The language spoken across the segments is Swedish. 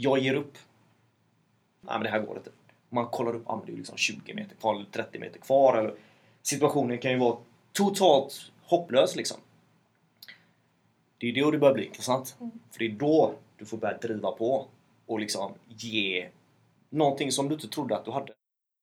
jag ger upp. Nej, men det här går inte. Man kollar upp, det är liksom 20 meter kvar eller 30 meter kvar. Eller, situationen kan ju vara totalt hopplös liksom. Det är då det börjar bli intressant. För det är då du får börja driva på och liksom ge någonting som du inte trodde att du hade.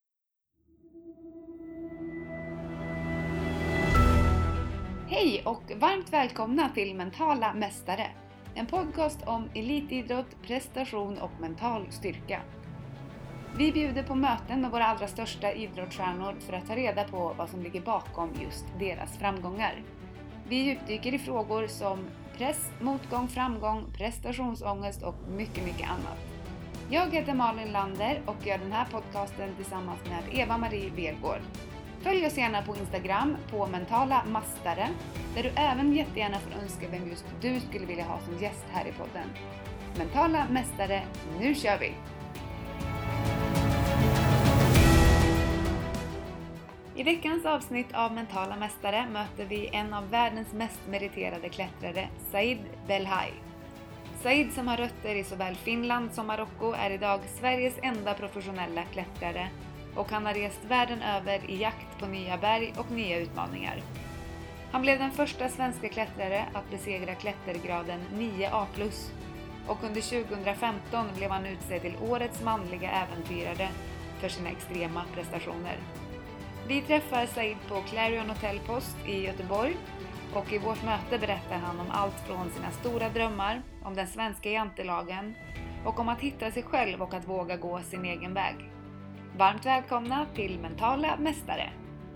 Hej och varmt välkomna till Mentala Mästare. En podcast om elitidrott, prestation och mental styrka. Vi bjuder på möten med våra allra största idrottsstjärnor för att ta reda på vad som ligger bakom just deras framgångar. Vi djupdyker i frågor som press, motgång, framgång, prestationsångest och mycket annat. Jag heter Malin Lander och gör den här podcasten tillsammans med Eva-Marie Velgård. Följ oss gärna på Instagram på Mentala Mästare, där du även jättegärna får önska vem just du skulle vilja ha som gäst här i podden. Mentala Mästare, nu kör vi! I veckans avsnitt av Mentala Mästare möter vi en av världens mest meriterade klättrare, Said Belhaj. Said, som har rötter i såväl Finland som Marocko, är idag Sveriges enda professionella klättrare och han har rest världen över i jakt på nya berg och nya utmaningar. Han blev den första svenska klättrare att besegra klättergraden 9A+, och under 2015 blev han utsedd till årets manliga äventyrare för sina extrema prestationer. Vi träffar Said på Clarion Hotel Post i Göteborg och i vårt möte berättar han om allt från sina stora drömmar, om den svenska jantelagen och om att hitta sig själv och att våga gå sin egen väg. Varmt välkomna till Mentala Mästare!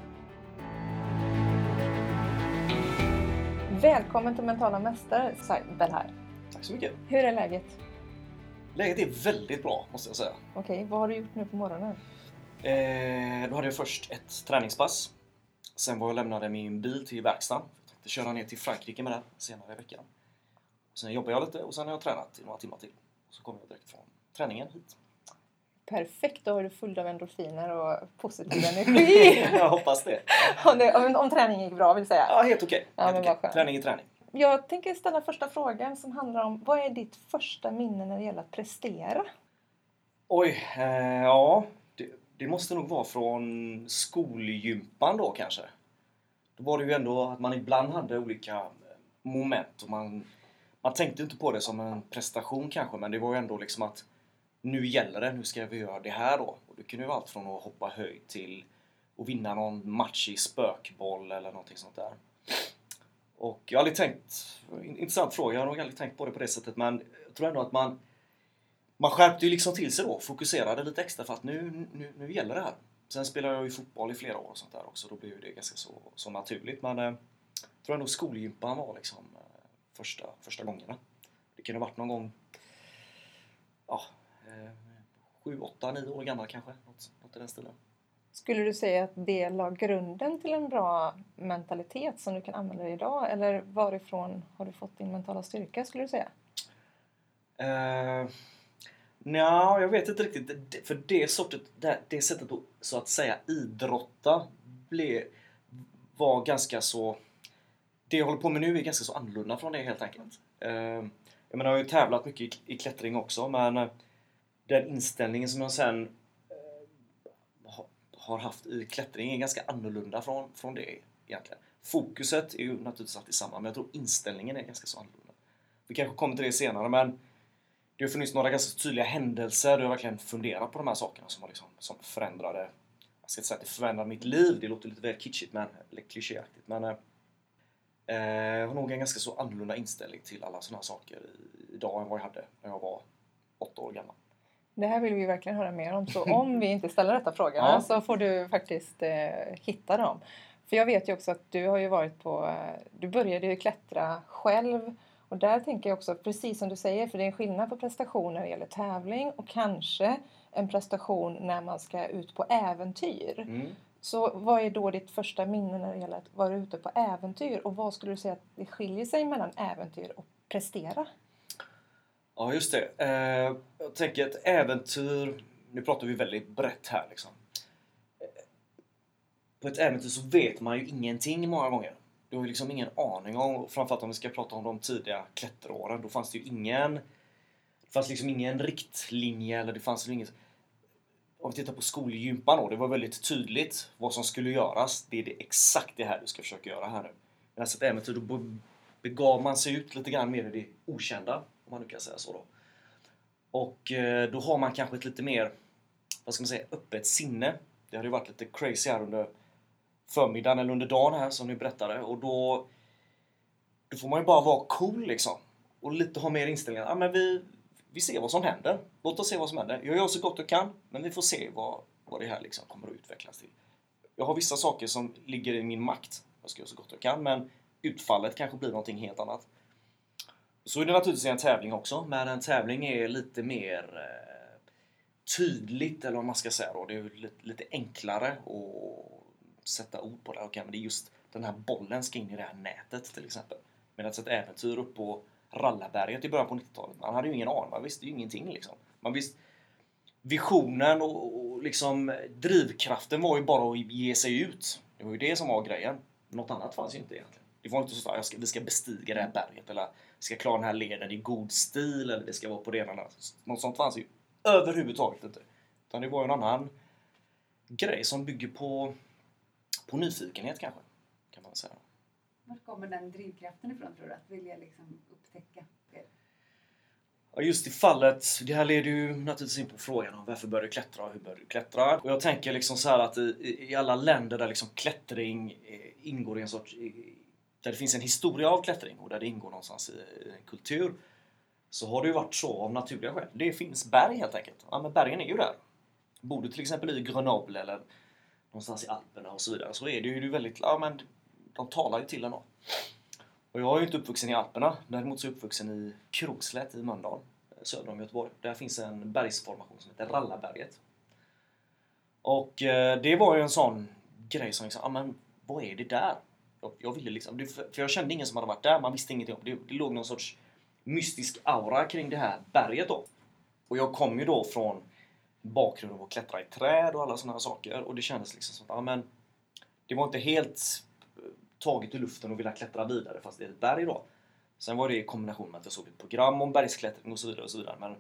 Välkommen till Mentala Mästare, Said Belhaj. Tack så mycket. Hur är läget? Läget är väldigt bra, måste jag säga. Okej, vad har du gjort nu på morgonen? Då hade jag först ett träningspass. Sen var jag lämnade min bil till verkstaden. Jag tänkte köra ner till Frankrike med den senare i veckan. Sen jobbade jag lite och sen har jag tränat i några timmar till. Och så kom jag direkt från träningen hit. Perfekt, då är du full av endorfiner och positiv energi. Jag hoppas det. om träningen gick bra, vill säga. Ja, helt okej. Ja, men vad skönt. Träning är träning. Jag tänker ställa första frågan som handlar om: vad är ditt första minne när det gäller att prestera? Oj, ja. Det måste nog vara från skolgympan då kanske. Då var det ju ändå att man ibland hade olika moment. Och man tänkte inte på det som en prestation kanske. Men det var ju ändå liksom att nu gäller det, nu ska vi göra det här då. Och det kunde ju vara allt från att hoppa höjd till att vinna någon match i spökboll eller någonting sånt där. Och jag har aldrig tänkt, intressant fråga, jag har nog aldrig tänkt på det på det sättet. Men jag tror ändå att man skärpte ju liksom till sig då, fokuserade lite extra för att nu gäller det här. Sen spelade jag ju fotboll i flera år och sånt där också, då blev det ganska så naturligt. Men jag tror ändå skolgympan var liksom första gångerna. Det kunde ha varit någon gång 7, 8, 9 år gammal kanske, något i den stilen. Skulle du säga att det la grunden till en bra mentalitet som du kan använda idag? Eller varifrån har du fått din mentala styrka, skulle du säga? Nej, jag vet inte riktigt. För det sättet att så att säga idrotta var ganska så... Det jag håller på med nu är ganska så annorlunda från det helt enkelt. Jag menar, jag har ju tävlat mycket i klättring också, men den inställningen som jag sen har haft i klättring är ganska annorlunda från det egentligen. Fokuset är ju naturligtvis alltid samma, men jag tror inställningen är ganska så annorlunda. Vi kanske kommer till det senare, men det har funnits några ganska tydliga händelser där jag verkligen funderat på de här sakerna som förändrade. Jag ska inte säga att det förändrade mitt liv, det låter lite väl kitschigt, eller klichéaktigt, men jag har nog en ganska så annorlunda inställning till alla sådana här saker idag än vad jag hade när jag var 8 år gammal. Det här vill vi verkligen höra mer om, så om vi inte ställer detta frågorna så får du faktiskt hitta dem. För jag vet ju också att du har ju varit du började ju klättra själv. Och där tänker jag också, precis som du säger, för det är en skillnad på prestation när det gäller tävling och kanske en prestation när man ska ut på äventyr. Mm. Så vad är då ditt första minne när det gäller att vara ute på äventyr? Och vad skulle du säga att det skiljer sig mellan äventyr och prestera? Ja, just det. Jag tänker att äventyr, nu pratar vi väldigt brett här liksom. På ett äventyr så vet man ju ingenting många gånger. Du har ju liksom ingen aning om, framförallt om vi ska prata om de tidiga klätteråren, då fanns det ju fanns liksom ingen riktlinje eller det fanns inget. Om vi tittar på skolgympan då, det var väldigt tydligt vad som skulle göras. Det är exakt det här du ska försöka göra här nu. Men alltså ett äventyr, då begav man sig ut lite grann mer i det okända, om man nu kan säga så då. Och då har man kanske ett lite mer, vad ska man säga, öppet sinne. Det hade ju varit lite crazy här under förmiddagen eller under dagen här som ni berättade. Och då får man ju bara vara cool liksom. Och lite ha mer inställningar. Ja, men vi ser vad som händer. Låt oss se vad som händer. Jag gör så gott jag kan, men vi får se vad det här liksom kommer att utvecklas till. Jag har vissa saker som ligger i min makt. Jag ska göra så gott jag kan, men utfallet kanske blir någonting helt annat. Så är det naturligtvis en tävling också, men en tävling är lite mer tydligt, eller vad man ska säga då. Det är lite enklare att sätta ord på det. Okej, men det är just den här bollen ska in i det här nätet till exempel. Medan ett äventyr upp på Rallarberget i början på 90-talet. Man hade ju ingen aning, man visste ju ingenting liksom. Man visste visionen och liksom drivkraften var ju bara att ge sig ut. Det var ju det som var grejen. Något annat fanns ju inte egentligen. Det var inte så att vi ska bestiga det här berget eller vi ska klara den här leden i god stil eller det ska vara på det ena. Något sånt fanns ju överhuvudtaget inte. Utan det var ju en annan grej som bygger på nyfikenhet kanske, kan man säga. Var kommer den drivkraften ifrån, tror du? Att vilja liksom upptäcka det? Ja, just i fallet, det här leder ju naturligtvis in på frågan om varför bör du klättra och hur bör du klättra. Och jag tänker liksom så här att i alla länder där liksom klättring ingår i en sorts, där det finns en historia av klättring och där det ingår någonstans i en kultur, så har det ju varit så av naturliga skäl. Det finns berg helt enkelt. Ja, men bergen är ju där. Bor du till exempel i Grenoble eller någonstans i Alperna och så vidare, så är det ju väldigt, ja men de talar ju till en då. Och jag är ju inte uppvuxen i Alperna, däremot så är jag uppvuxen i Krokslätt i Mölndal, söder om Göteborg. Där finns en bergsformation som heter Rallarberget. Och det var ju en sån grej som liksom, ja men vad är det där? Jag ville liksom, för jag kände ingen som hade varit där, man visste ingenting om det. Det låg någon sorts mystisk aura kring det här berget då. Och jag kom ju då från bakgrunden av att klättra i träd och alla sådana här saker. Och det kändes liksom som att, ja men det var inte helt taget i luften och vilja klättra vidare fast det är ett berg då. Sen var det i kombination med att jag såg ett program om bergsklättring och så vidare och så vidare. Men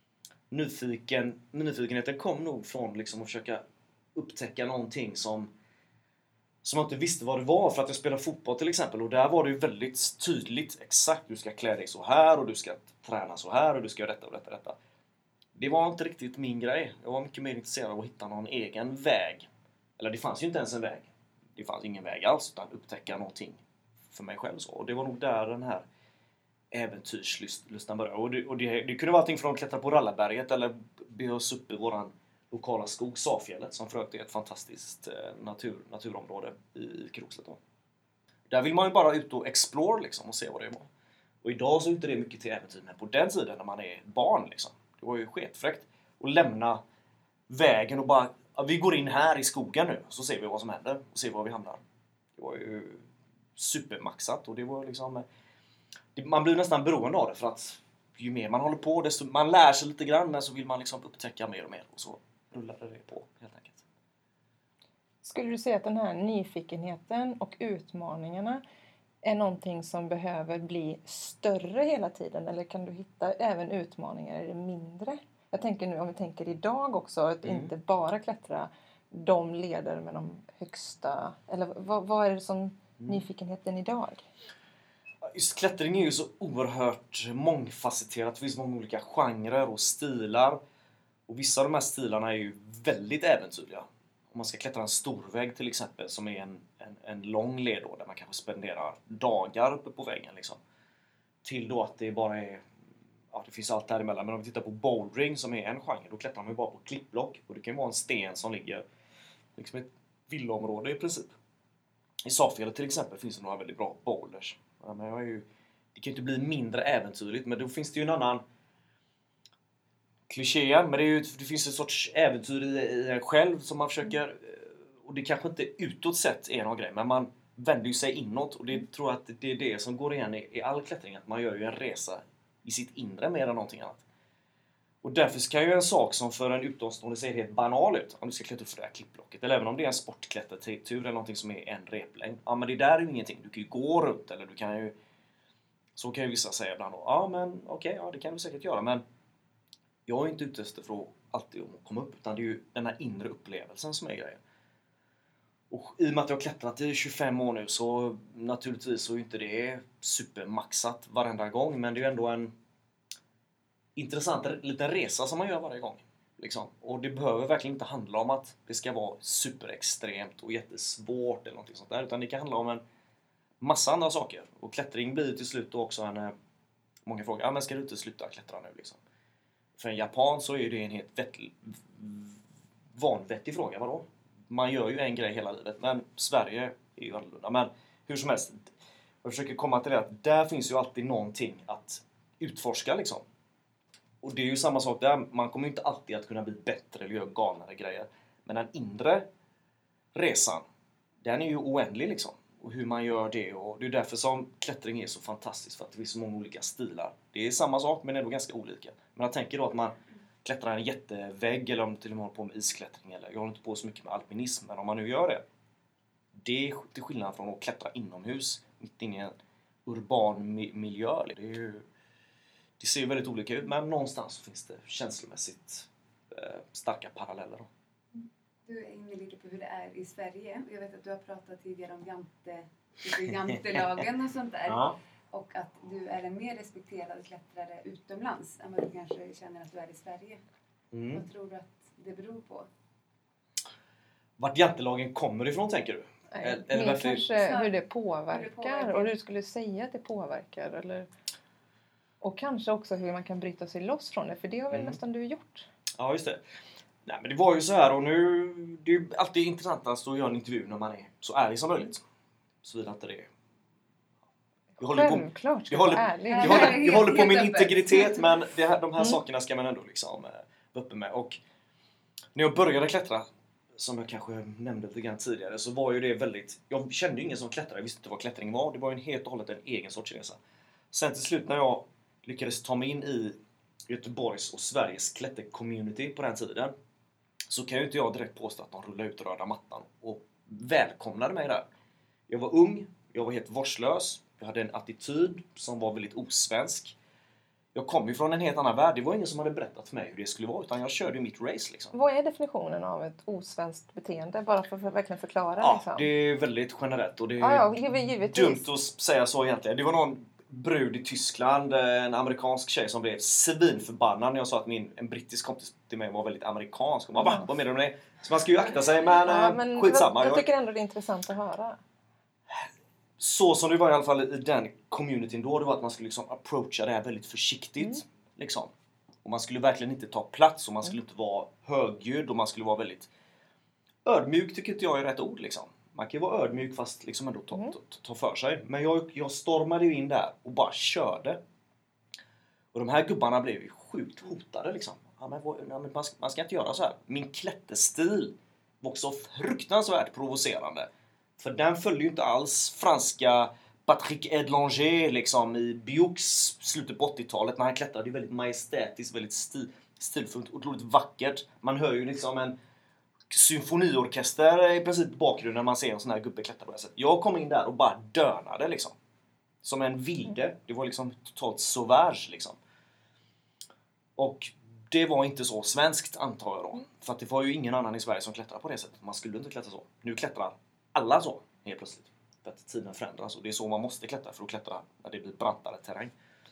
nyfikenheten kom nog från liksom att försöka upptäcka någonting som jag inte visste vad det var, för att jag spelade fotboll till exempel. Och där var det ju väldigt tydligt exakt, du ska klä dig så här och du ska träna så här och du ska göra detta och detta. Det var inte riktigt min grej. Jag var mycket mer intresserad av att hitta någon egen väg. Eller det fanns ju inte ens en väg. Det fanns ingen väg alls, utan upptäcka någonting för mig själv. Så. Och det var nog där den här äventyrslustan började. Och det kunde vara allting från att klättra på Rallarberget eller be oss upp i våran lokala skog, Safjället, som för övrigt är ett fantastiskt naturområde i Krokslätt. Där vill man ju bara ut och explore liksom, och se vad det var. Och idag så är inte det mycket till äventyr, men på den tiden när man är barn liksom, det var ju sketfräckt att lämna vägen och bara, ja, vi går in här i skogen nu så ser vi vad som händer och ser var vi hamnar. Det var ju supermaxat och det var liksom, man blir nästan beroende av det, för att ju mer man håller på, desto man lär sig lite grann, men så vill man liksom upptäcka mer och mer och så rullade det på helt enkelt. Skulle du säga att den här nyfikenheten och utmaningarna är någonting som behöver bli större hela tiden, eller kan du hitta även utmaningar är det mindre? Jag tänker nu, om vi tänker idag också, att inte bara klättra de leder med de högsta, eller vad är det som nyfikenheten idag? Just klättring är ju så oerhört mångfacetterat. Det finns många olika genrer och stilar. Och vissa av de här stilarna är ju väldigt äventyrliga. Om man ska klättra en storvägg till exempel, som är en lång led då, där man kanske spenderar dagar uppe på väggen liksom. Till då att det bara är, ja, det finns allt däremellan. Men om vi tittar på bouldering som är en genre, då klättrar man ju bara på klippblock. Och det kan ju vara en sten som ligger liksom i ett villaområde i princip. I Safjället till exempel finns det några väldigt bra boulders. Ja, men det kan ju inte bli mindre äventyrligt, men då finns det ju en annan kliché, men det finns en sorts äventyr i en själv som man försöker, och det kanske inte utåt sett är någon grej, men man vänder ju sig inåt, och det tror jag att det är det som går igen i all klättring, att man gör ju en resa i sitt inre mer än någonting annat. Och därför ska ju en sak som för en utomstående ser helt banal ut, om du ska klättra upp för det här klippblocket, eller även om det är en sportklättertur eller någonting som är en replängd. Ja, men det där är ju ingenting. Du kan ju gå runt, eller du kan ju, så kan ju vissa säga ibland då, ja men okej, ja det kan du säkert göra, men jag är inte ute efter för att alltid komma upp, utan det är ju den här inre upplevelsen som är grejen. Och i och med att jag har klättrat i 25 år nu, så naturligtvis så är inte det supermaxat varenda gång, men det är ju ändå en intressant liten resa som man gör varje gång. Liksom. Och det behöver verkligen inte handla om att det ska vara superextremt och jättesvårt eller någonting sånt där, utan det kan handla om en massa andra saker. Och klättring blir till slut också många frågar, men ska du inte sluta klättra nu liksom? För en japan så är det en helt vanvettig fråga, vadå? Man gör ju en grej hela livet, men Sverige är ju annorlunda. Men hur som helst, jag försöker komma till det att där finns ju alltid någonting att utforska liksom. Och det är ju samma sak där, man kommer ju inte alltid att kunna bli bättre eller göra galnare grejer. Men den inre resan, den är ju oändlig liksom. Och hur man gör det, och det är därför som klättring är så fantastiskt, för att det finns så många olika stilar. Det är samma sak, men ändå ganska olika. Men jag tänker då att man klättrar en jättevägg, eller om man till och med håller på med isklättring, eller jag håller inte på så mycket med alpinism, men om man nu gör det, det är till skillnad från att klättra inomhus mitt inne i en urban miljö. Det ser ju väldigt olika ut, men någonstans finns det känslomässigt starka paralleller då. Du är inne lite på hur det är i Sverige. Jag vet att du har pratat tidigare om jantelagen och sånt där. Ja. Och att du är en mer respekterad klättrare utomlands än vad du kanske känner att du är i Sverige. Vad tror du att det beror på? Vart jantelagen kommer ifrån, tänker du? Eller varför... kanske hur det påverkar. Och du skulle säga att det påverkar. Eller... Och kanske också hur man kan bryta sig loss från det. För det har väl nästan du gjort. Ja, just det. Nej, men det var ju så här, och nu det är ju alltid intressantast att göra en intervju när man är så ärlig som möjligt. Såvida inte det. Jag håller på min integritet, men de här sakerna ska man ändå liksom vara uppe med. Och när jag började klättra, som jag kanske nämnde lite grann tidigare, så var ju det väldigt... Jag kände ju ingen som klättrade, jag visste inte vad klättring var. Det var ju helt och hållet en egen sorts resa. Sen till slut när jag lyckades ta mig in i Göteborgs och Sveriges klättercommunity på den tiden, så kan ju inte jag direkt påstå att de rullade ut röda mattan och välkomnade mig där. Jag var ung, jag var helt vårdslös, jag hade en attityd som var väldigt osvensk. Jag kom ju från en helt annan värld, det var ingen som hade berättat för mig hur det skulle vara, utan jag körde ju mitt race liksom. Vad är definitionen av ett osvenskt beteende? Bara för att verkligen förklara. Ja, liksom. Det är väldigt generellt och det är dumt att säga så egentligen. Det var någon brud i Tyskland, en amerikansk tjej, som blev svinförbannad när jag sa att en brittisk kompis till mig var väldigt amerikansk. Och man bara, vad menar du med det? Så man ska ju akta sig, men skitsamma. Jag tycker ändå det är intressant att höra. Så som det var i alla fall i den communityn då, det var att man skulle liksom approacha det här väldigt försiktigt. Liksom. Och man skulle verkligen inte ta plats, och man skulle inte vara högljudd, och man skulle vara väldigt ödmjuk, tycker inte jag är rätt ord liksom. Man kan ju vara ödmjuk fast liksom ändå ta för sig. Men jag stormade ju in där och bara körde. Och de här gubbarna blev ju sjukt hotade liksom. Ja, men man ska inte göra så här. Min klätterstil var också fruktansvärt provocerande. För den följde ju inte alls franska Patrick Edlanger liksom i Bioux slutet på 80-talet. När han klättrade väldigt majestätiskt, väldigt stilfullt, otroligt vackert. Man hör ju liksom en symfoniorkester i princip i bakgrunden när man ser en sån här gubbe klättra på det sättet. Jag kom in där och bara dönade liksom. Som en vilde. Det var liksom totalt sauvage liksom. Och det var inte så svenskt, antar jag då. För att det var ju ingen annan i Sverige som klättrade på det sättet. Man skulle inte klättra så. Nu klättrar alla så helt plötsligt. För att tiden förändras. Och det är så man måste klättra för att klättra när det blir brantare terräng.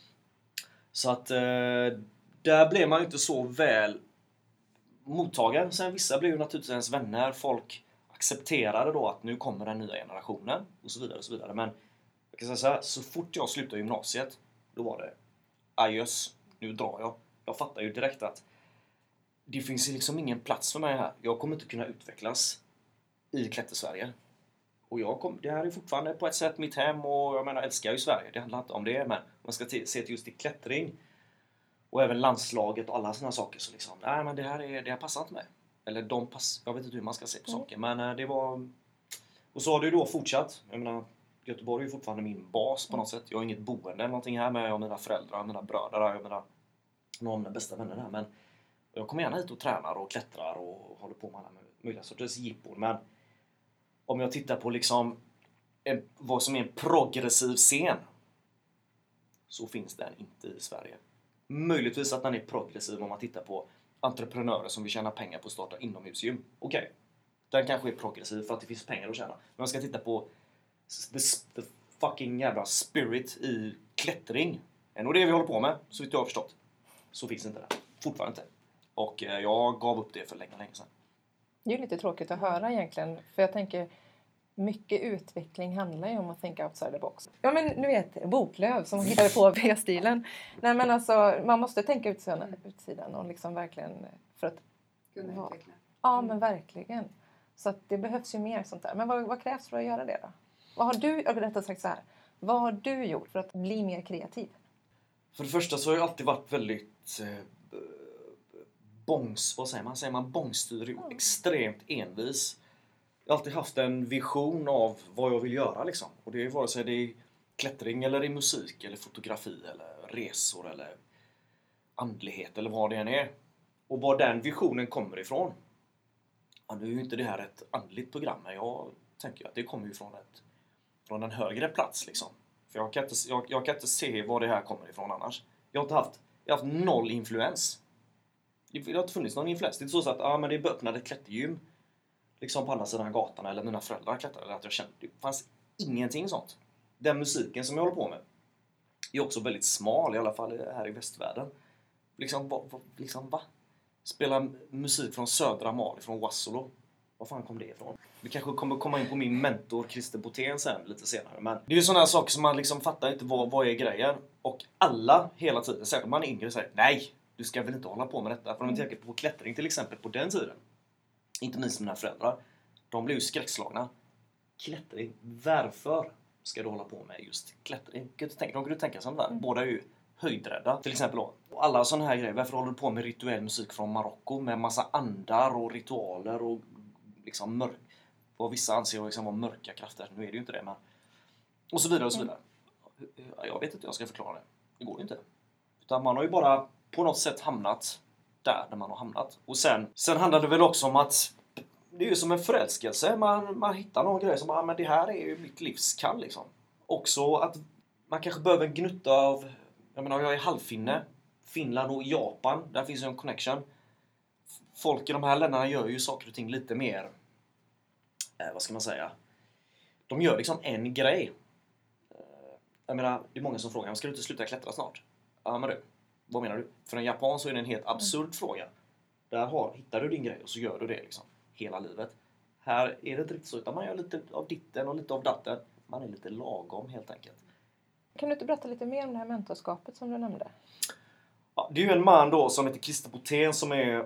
Så att där blev man ju inte så väl mottagen. Sen vissa blev ju naturligtvis ens vänner. Folk accepterade då att nu kommer den nya generationen. Och så vidare och så vidare. Men jag kan säga så här, så fort jag slutade gymnasiet, då var det adjöss, nu drar jag. Jag fattar ju direkt att det finns liksom ingen plats för mig här. Jag kommer inte kunna utvecklas i Klättersverige. Och det här är fortfarande på ett sätt mitt hem, och jag menar, älskar ju Sverige. Det handlar inte om det, men man ska se till just i klättring och även landslaget och alla såna saker, så liksom, nej men det här passar inte mig. Eller jag vet inte hur man ska se på saker, men det var... Och så har det ju då fortsatt. Jag menar, Göteborg är ju fortfarande min bas på något sätt. Jag har inget boende eller någonting här med, jag och mina föräldrar, mina bröder, jag menar, några av mina bästa vänner där, men jag kommer gärna hit och tränar och klättrar och håller på med alla möjliga sorters jippon. Men om jag tittar på liksom vad som är en progressiv scen, så finns den inte i Sverige. möjligtvis att den är progressiv om man tittar på entreprenörer som vill tjäna pengar på att starta inomhusgym. Okej. Den kanske är progressiv för att det finns pengar att tjäna. Men man ska titta på the fucking jävla spirit i klättring. Och det vi håller på med, så vitt jag har förstått. Så finns inte det. Fortfarande inte. Och jag gav upp det för länge sedan. Det är ju lite tråkigt att höra egentligen. För jag tänker, mycket utveckling handlar ju om att tänka outside the box. Ja men nu vet Boklöv som hittade på V-stilen. Nej men alltså, man måste tänka utsidan och liksom verkligen för att Kunna utveckla. Ja men verkligen. Så att det behövs ju mer sånt där. Men vad krävs för att göra det då? Vad har du, rättare sagt så här. Vad har du gjort för att bli mer kreativ? För det första så har jag alltid varit väldigt bångstyrig och extremt envis. Jag har alltid haft en vision av vad jag vill göra liksom. Och det är vare sig det är klättring eller i musik eller fotografi eller resor eller andlighet eller vad det än är. Och var den visionen kommer ifrån. Ja, nu är ju inte det här ett andligt program, men jag tänker att det kommer ju från en högre plats liksom. För jag kan inte se var det här kommer ifrån annars. Jag har haft noll influens. Det har inte funnits någon influens. Det är inte så att men det öppnade ett klättergym liksom på andra sidan gatan eller mina föräldrar klättrade eller att jag kände. Det fanns ingenting sånt. Den musiken som jag håller på med är också väldigt smal, i alla fall här i västvärlden. Va? Spela musik från södra Mali, från Wassolo. Var fan kom det ifrån? Vi kanske kommer komma in på min mentor Christer Botén sen lite senare. Men det är ju sådana här saker som man liksom fattar inte vad är grejen. Och alla hela tiden, särskilt man är yngre, säger nej, du ska väl inte hålla på med detta. För om man tänker på klättring till exempel på den tiden. Inte minst mina föräldrar. De blev ju skräckslagna. Klättring, varför ska du hålla på med just klättring? De kunde tänka sig där. Båda är ju höjdrädda till exempel då. Och alla sådana här grejer. Varför håller du på med rituell musik från Marocko med massa andar och ritualer och liksom vad vissa anser liksom vara mörka krafter. Nu är det ju inte det, men och så vidare och så vidare. Jag vet inte hur jag ska förklara det. Det går ju inte. Utan man har ju bara på något sätt hamnat där man har hamnat. Och sen handlar det väl också om att det är ju som en förälskelse. Man hittar någon grej som men det här är ju mitt livskall liksom. Också att man kanske behöver en gnutta av, jag är halvfinne. Finland och Japan, där finns ju en connection. Folk i de här länderna gör ju saker och ting lite mer, vad ska man säga? De gör liksom en grej. Det är många som frågar, ska du inte sluta klättra snart? Ja men du, vad menar du? För en japan så är det en helt absurd fråga. Där hittar du din grej och så gör du det liksom hela livet. Här är det inte riktigt så, utan man gör lite av ditten och lite av datten. Man är lite lagom helt enkelt. Kan du inte berätta lite mer om det här mentorskapet som du nämnde? Ja, det är ju en man då som heter Christer Botén som är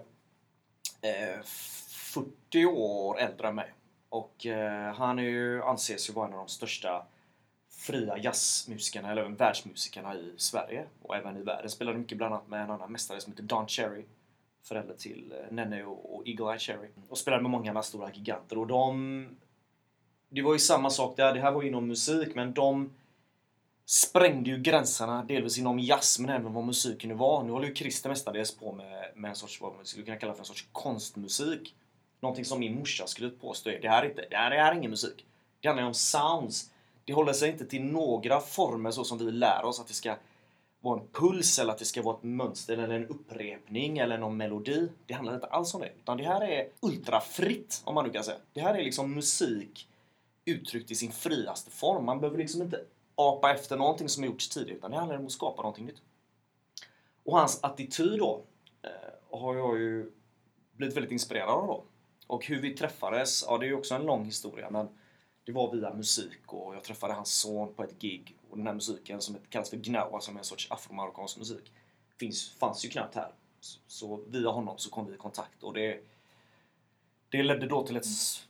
40 år äldre än mig. Och han anses ju vara en av de största fria jazzmusikerna eller även världsmusikerna i Sverige. Och även i världen. Spelade mycket bland annat med en annan mästare som heter Don Cherry. Förälder till Nene och Eagle Eye Cherry. Och spelade med många stora giganter. Och det var ju samma sak där. Det här var ju inom musik, men de sprängde ju gränserna delvis inom jazz, men även vad musiken nu var. Nu håller ju Christer mestadels på med en sorts, vad man skulle kunna kalla för en sorts konstmusik. Någonting som min morsa skulle påstå är, det här är ingen musik. Det handlar ju om sounds. Det håller sig inte till några former så som vi lär oss, att det ska vara en puls eller att det ska vara ett mönster eller en upprepning eller någon melodi. Det handlar inte alls om det. Utan det här är ultrafritt, om man nu kan säga. Det här är liksom musik uttryckt i sin friaste form. Man behöver liksom inte apa efter någonting som har gjorts tidigare, utan det handlar om att skapa någonting nytt. Och hans attityd då har jag ju blivit väldigt inspirerad av då. Och hur vi träffades, ja det är ju också en lång historia, men det var via musik och jag träffade hans son på ett gig. Och den här musiken som kallas för gnawa, som är en sorts afromarockansk musik, fanns ju knappt här. Så via honom så kom vi i kontakt och det ledde då till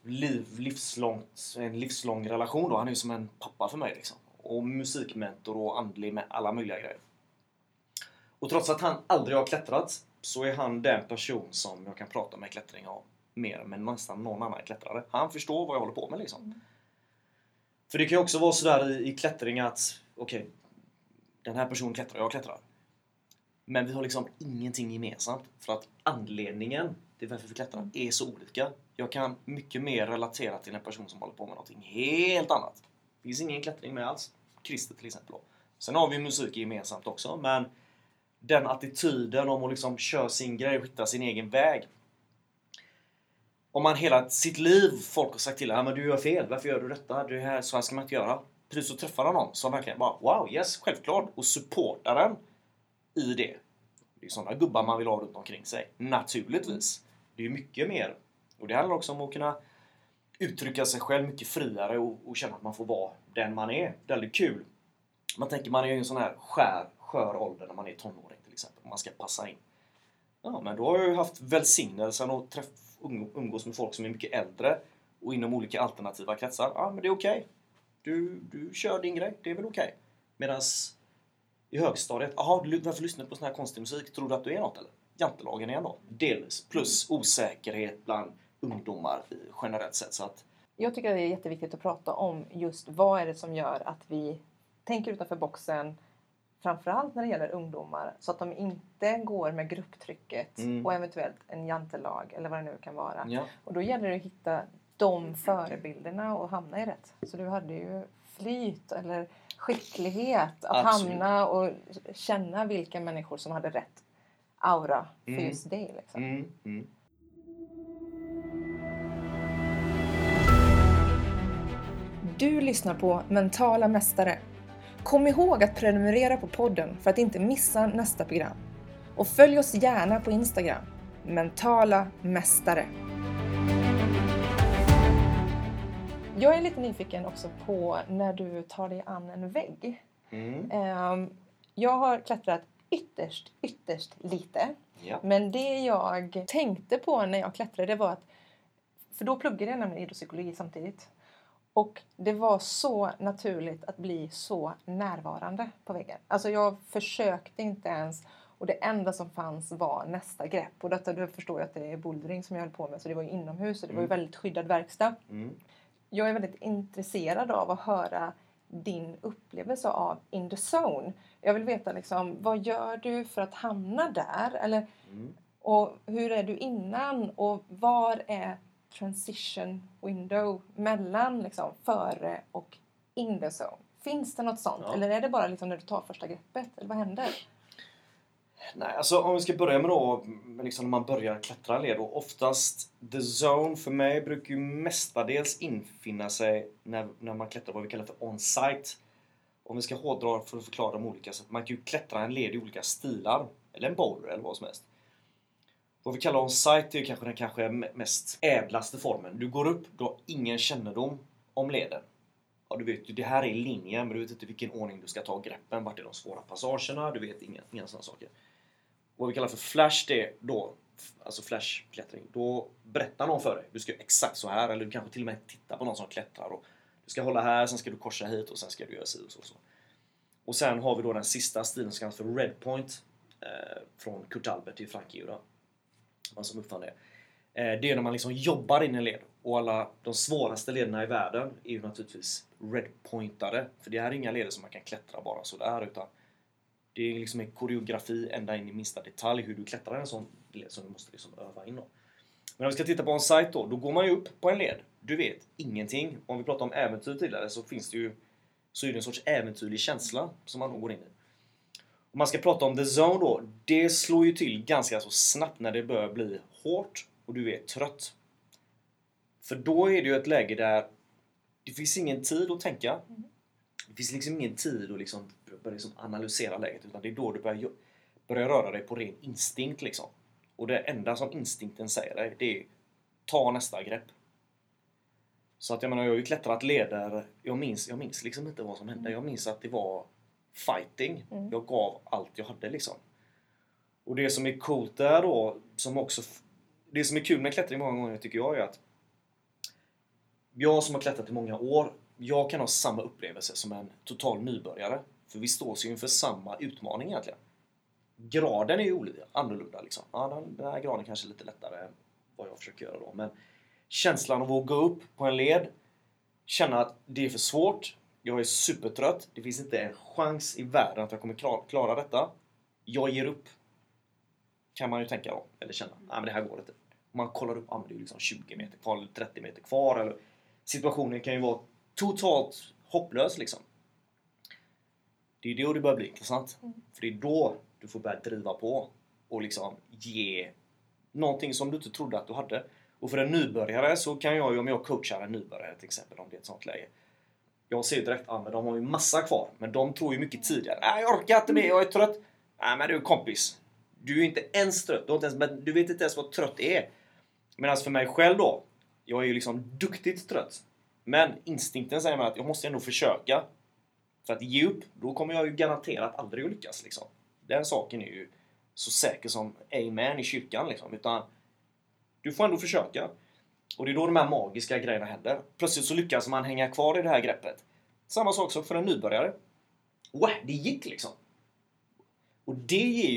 en livslång relation då. Han är ju som en pappa för mig liksom. Och musikmentor och andlig med alla möjliga grejer. Och trots att han aldrig har klättrat så är han den person som jag kan prata med klättring av mer än nästan någon annan klättrare. Han förstår vad jag håller på med liksom. För det kan ju också vara sådär i klättring att okej, den här personen klättrar, jag klättrar. Men vi har liksom ingenting gemensamt. För att anledningen till varför vi klättrar är så olika. Jag kan mycket mer relatera till en person som håller på med någonting helt annat. Det finns ingen klättring med alls. Christer till exempel då. Sen har vi musik gemensamt också, men den attityden om att liksom köra sin grej och hitta sin egen väg. Om man hela sitt liv, folk har sagt till men du gör fel, varför gör du detta? Det här, så här ska man inte göra. Precis så träffar någon som verkligen bara, wow, yes, självklart. Och supportar den i det. Det är sådana gubbar man vill ha runt omkring sig. Naturligtvis. Det är mycket mer. Och det handlar också om att kunna uttrycka sig själv mycket friare och känna att man får vara den man är. Det är väldigt kul. Man tänker man är ju en sån här skör ålder när man är tonåring till exempel. Om man ska passa in. Ja, men då har jag ju haft välsignelsen att umgås med folk som är mycket äldre och inom olika alternativa kretsar. Ja, men det är okej. Du kör din grej, det är väl okej. Medans i högstadiet, varför lyssnar du på sån här konstig musik? Tror du att du är något eller? Jantelagen är något. Delvis. Plus osäkerhet bland ungdomar generellt sett. Så att... Jag tycker det är jätteviktigt att prata om just vad är det som gör att vi tänker utanför boxen. Framförallt när det gäller ungdomar. Så att de inte går med grupptrycket och eventuellt en jantelag eller vad det nu kan vara. Ja. Och då gäller det att hitta de förebilderna och hamna i rätt. Så du hade ju flyt eller skicklighet att hamna och känna vilka människor som hade rätt aura för just dig. Liksom. Du lyssnar på Mentala Mästare. Kom ihåg att prenumerera på podden för att inte missa nästa program. Och följ oss gärna på Instagram. Mentala Mästare. Jag är lite nyfiken också på när du tar dig an en vägg. Jag har klättrat ytterst lite. Ja. Men det jag tänkte på när jag klättrade var att... För då pluggade jag nämligen idrottspsykologi samtidigt. Och det var så naturligt att bli så närvarande på väggen. Alltså jag försökte inte ens. Och det enda som fanns var nästa grepp. Och detta, du förstår ju att det är bouldering som jag höll på med. Så det var ju inomhus och det var ju väldigt skyddad verkstad. Jag är väldigt intresserad av att höra din upplevelse av in the zone. Jag vill veta liksom, vad gör du för att hamna där? Eller, och hur är du innan? Och var är transition window mellan liksom, före och in the zone? Finns det något sånt? Ja. Eller är det bara liksom, när du tar första greppet? Eller vad händer? Nej, alltså om vi ska börja med då, liksom när man börjar klättra led då, oftast the zone för mig brukar ju mestadels infinna sig när man klättrar vad vi kallar för on-site. Om vi ska hårdra för att förklara de olika, så att man kan ju klättra en led i olika stilar, eller en boulder eller vad som helst. Vad vi kallar on-site är ju kanske den mest ädlaste formen. Du går upp, du har ingen kännedom om leden. Ja, du vet ju, det här är linjen, men du vet inte vilken ordning du ska ta greppen, vart är de svåra passagerna, du vet inga sådana saker. Vad vi kallar för flash, det då, alltså flashklättring, då berättar någon för dig. Du ska göra exakt så här, eller du kanske till och med titta på någon som klättrar. Och du ska hålla här, sen ska du korsa hit och sen ska du göra si och så. Och sen har vi då den sista stilen som kallas för Red Point, från Kurt Albert i Frankrike då. Man som uppfann det. Det är när man liksom jobbar in i en led. Och alla de svåraste lederna i världen är ju naturligtvis redpointade. För det här är inga leder som man kan klättra bara sådär, utan det är liksom en koreografi ända in i minsta detalj hur du klättrar en sån led som du måste liksom öva in då. Men om vi ska titta på en site då går man ju upp på en led. Du vet ingenting. Om vi pratar om äventyr tidigare så finns det ju, så är det en sorts äventyrlig känsla som man då går in i. Om man ska prata om the zone då, det slår ju till ganska så snabbt när det börjar bli hårt och du är trött. För då är det ju ett läge där det finns ingen tid att tänka. Det finns liksom ingen tid att liksom börja liksom analysera läget, utan det är då du börjar röra dig på ren instinkt liksom. Och det enda som instinkten säger dig, det är ta nästa grepp. Så att jag menar, jag har ju klättrat leder, jag minns liksom inte vad som hände. Jag minns att det var fighting. Jag gav allt jag hade liksom. Och det som är coolt där då, som också, det som är kul med klättring många gånger tycker jag är att jag som har klättrat i många år, jag kan ha samma upplevelse som en total nybörjare. För vi står sig inför samma utmaning egentligen. Graden är ju annorlunda liksom. Ja, den här graden kanske är lite lättare än vad jag försöker göra då. Men känslan av att gå upp på en led, känna att det är för svårt, jag är supertrött, det finns inte en chans i världen att jag kommer klara detta. Jag ger upp. Kan man ju tänka då, eller känna. Nej, men det här går inte. Man kollar upp, men det är liksom 20 meter kvar eller 30 meter kvar. Eller, situationen kan ju vara totalt hopplös liksom. Det är då det börjar bli intressant. För det är då Du får börja driva på och liksom ge någonting som du inte trodde att du hade. Och för en nybörjare så kan jag ju, om jag coachar en nybörjare till exempel, om det är ett sånt läge. Jag ser direkt, men de har ju massa kvar. Men de tror ju mycket tidigare. Nej, jag orkar inte mer, jag är trött. Nej, men du kompis. Du är inte ens trött. Du vet inte ens vad trött är. Medan för mig själv då, jag är ju liksom duktigt trött. Men instinkten säger mig att jag måste ändå försöka. För att ge upp, då kommer jag ju garanterat aldrig att lyckas liksom. Den saken är ju så säker som amen i kyrkan liksom. Utan du får ändå försöka. Och det är då de här magiska grejerna händer. Plötsligt så lyckas man hänga kvar i det här greppet. Samma sak som för en nybörjare. Wow, det gick liksom. Och det ger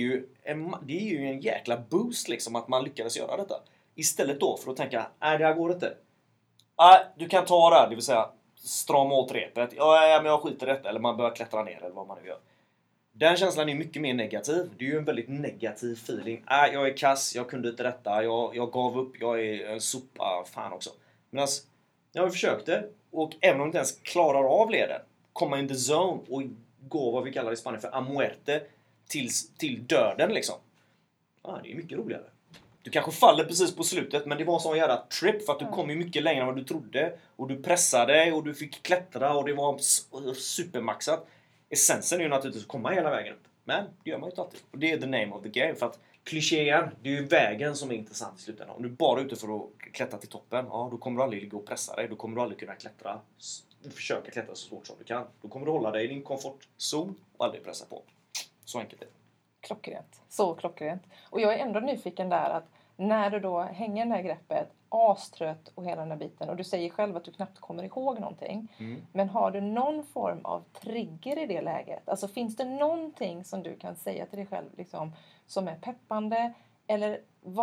ju en jäkla boost liksom, att man lyckades göra detta. Istället då för att tänka, nej det här går inte. Nej, du kan ta det här, det vill säga strama åt repet. Ja, men jag skiter i detta. Eller man börjar klättra ner eller vad man nu gör. Den känslan är mycket mer negativ. Det är ju en väldigt negativ feeling. Jag är kass, jag kunde inte detta. Jag gav upp, jag är en sopa fan också. Men alltså, jag försökte. Och även om jag inte ens klarar av leden, komma in the zone och gå vad vi kallar i Spanien för a muerte till döden liksom. Det är mycket roligare. Du kanske faller precis på slutet, men det var en sån jävla trip för att du kom ju mycket längre än vad du trodde. Och du pressade och du fick klättra och det var supermaxat. Essensen är ju naturligtvis att komma hela vägen upp. Men det gör man ju inte alltid. Och det är the name of the game. För att klichén, det är ju vägen som är intressant i slutändan. Om du bara är ute för att klättra till toppen, då kommer du aldrig gå och pressa dig. Då kommer du aldrig kunna klättra. Försöka klättra så svårt som du kan. Då kommer du hålla dig i din komfortzon och aldrig pressa på. Så enkelt är det. Klockrent. Så klockrent. Och jag är ändå nyfiken där att när du då hänger det här greppet, astrött och hela den här biten. Och du säger själv att du knappt kommer ihåg någonting. Men har du någon form av trigger i det läget? Alltså finns det någonting som du kan säga till dig själv liksom, som är peppande? Eller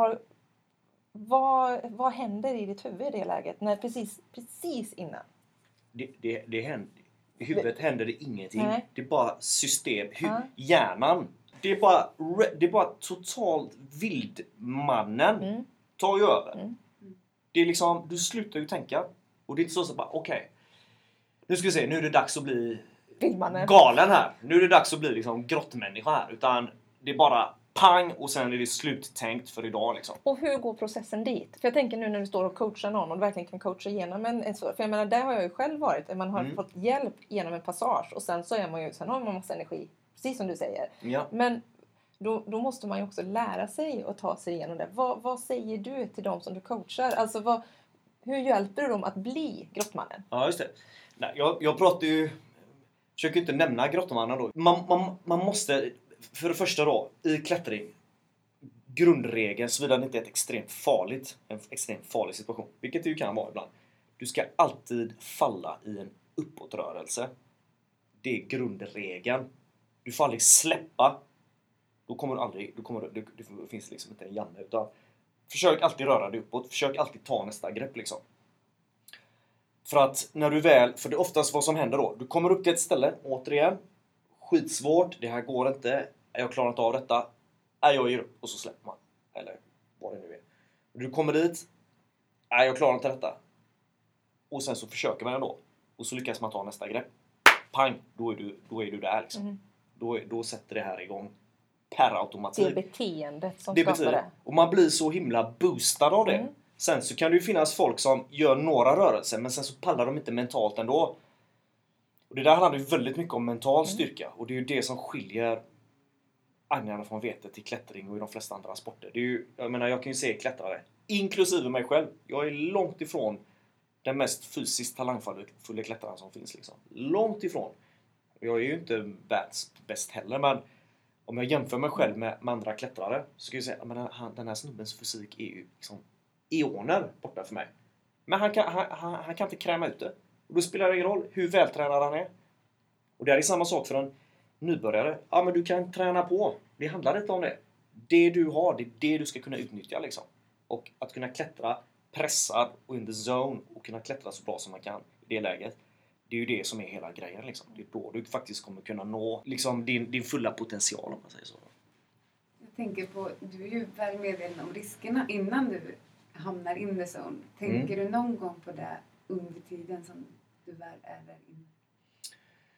vad händer i ditt huvud i det läget? När precis innan? Det händer. I huvudet händer det ingenting. Nej. Det är bara system. Hjärnan. Det är bara totalt vildmannen tar ju över. Det är liksom, du slutar ju tänka. Och det är inte så bara, okej. Nu ska vi se, nu är det dags att bli vildmannen. Galen här. Nu är det dags att bli liksom grottmänniska här. Utan det är bara pang och sen är det sluttänkt för idag liksom. Och hur går processen dit? För jag tänker nu när du står och coachar någon och du verkligen kan coacha igenom en så. För jag menar, där har jag ju själv varit. Man har fått hjälp genom en passage. Och sen så sen har man massa energi. Precis som du säger. Ja. Men då måste man ju också lära sig att ta sig igenom det. Vad säger du till dem som du coachar? Alltså hur hjälper du dem att bli grottmannen? Ja, just det. Nej, jag pratar ju... Försöker inte nämna grottmannen då. Man måste... För det första då, i klättring. Grundregeln, såvida det inte är en extremt farlig situation. Vilket det ju kan vara ibland. Du ska alltid falla i en uppåtrörelse. Det är grundregeln. Du får aldrig släppa. Det finns liksom inte en Janne, utan försök alltid röra dig uppåt. Försök alltid ta nästa grepp liksom. För att när du för det är oftast vad som händer då. Du kommer upp till ett ställe, återigen. Skitsvårt, det här går inte. Jag klarar inte av detta. Jag ger upp och så släpper man. Eller vad det nu är. Du kommer dit. Jag klarar inte detta. Och sen så försöker man ändå. Och så lyckas man ta nästa grepp. Pang, då är du där liksom. Då sätter det här igång. Per automatik. Det är beteendet som skapar det. Och man blir så himla boostad av det. Sen så kan det ju finnas folk som gör några rörelser. Men sen så pallar de inte mentalt ändå. Och det där handlar ju väldigt mycket om mental styrka. Och det är ju det som skiljer agnarna från vetet till klättring och i de flesta andra sporter. Det är ju, jag menar, jag kan ju se klättrare, inklusive mig själv. Jag är långt ifrån den mest fysiskt talangfulla klättraren som finns liksom. Långt ifrån. Jag är ju inte bäst heller, men om jag jämför mig själv med andra klättrare så ska jag säga att den här snubbens fysik är ju liksom eoner borta för mig. Men han kan inte kräma ut det. Och då spelar det ingen roll hur vältränad han är. Och det är samma sak för en nybörjare. Ja, men du kan träna på. Det handlar inte om det. Det du har, det är det du ska kunna utnyttja liksom. Och att kunna klättra pressad och in the zone och kunna klättra så bra som man kan i det läget. Det är ju det som är hela grejen liksom. Det är då du faktiskt kommer kunna nå liksom din fulla potential, om man säger så. Jag tänker på, du är ju väl medveten om riskerna innan du hamnar in the zone. Tänker du någon gång på det under tiden som du väl är där inne?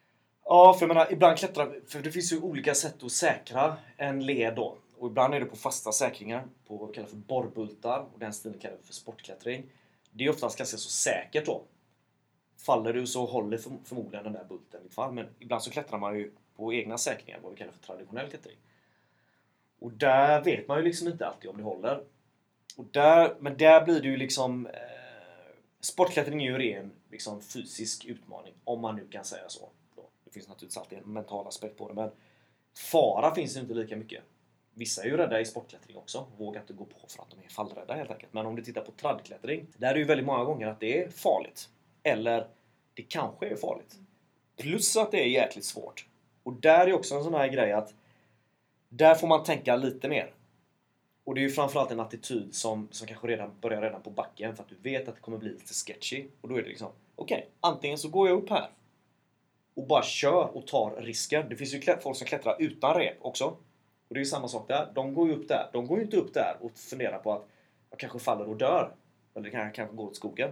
Ja, för jag menar, ibland klättrar... För det finns ju olika sätt att säkra en led då. Och ibland är det på fasta säkringar, på vad vi kallar för borrbultar. Och den stilen kallar vi för sportklättring. Det är oftast ganska så säkert då. Faller du så håller förmodligen den där bulten i ett fall. Men ibland så klättrar man ju på egna säkringar, vad vi kallar för traditionell klättring. Och där vet man ju liksom inte alltid om det håller. Men där blir det ju liksom... sportklättring är ju ren liksom, fysisk utmaning, om man nu kan säga så. Det finns naturligtvis alltid en mental aspekt på det, men fara finns ju inte lika mycket. Vissa är ju rädda i sportklättring också, vågar inte gå på för att de är fallrädda helt enkelt. Men om du tittar på tradklättring, där är det ju väldigt många gånger att det är farligt. Eller det kanske är farligt. Plus att det är jäkligt svårt. Och där är också en sån här grej att där får man tänka lite mer. Och det är ju framförallt en attityd som kanske börjar redan på backen, för att du vet att det kommer bli lite sketchy. Och då är det liksom, okej, antingen så går jag upp här och bara kör och tar risken. Det finns ju folk som klättrar utan rep också. Och det är ju samma sak där. De går ju upp där. De går ju inte upp där och funderar på att jag kanske faller och dör. Eller kanske går åt skogen.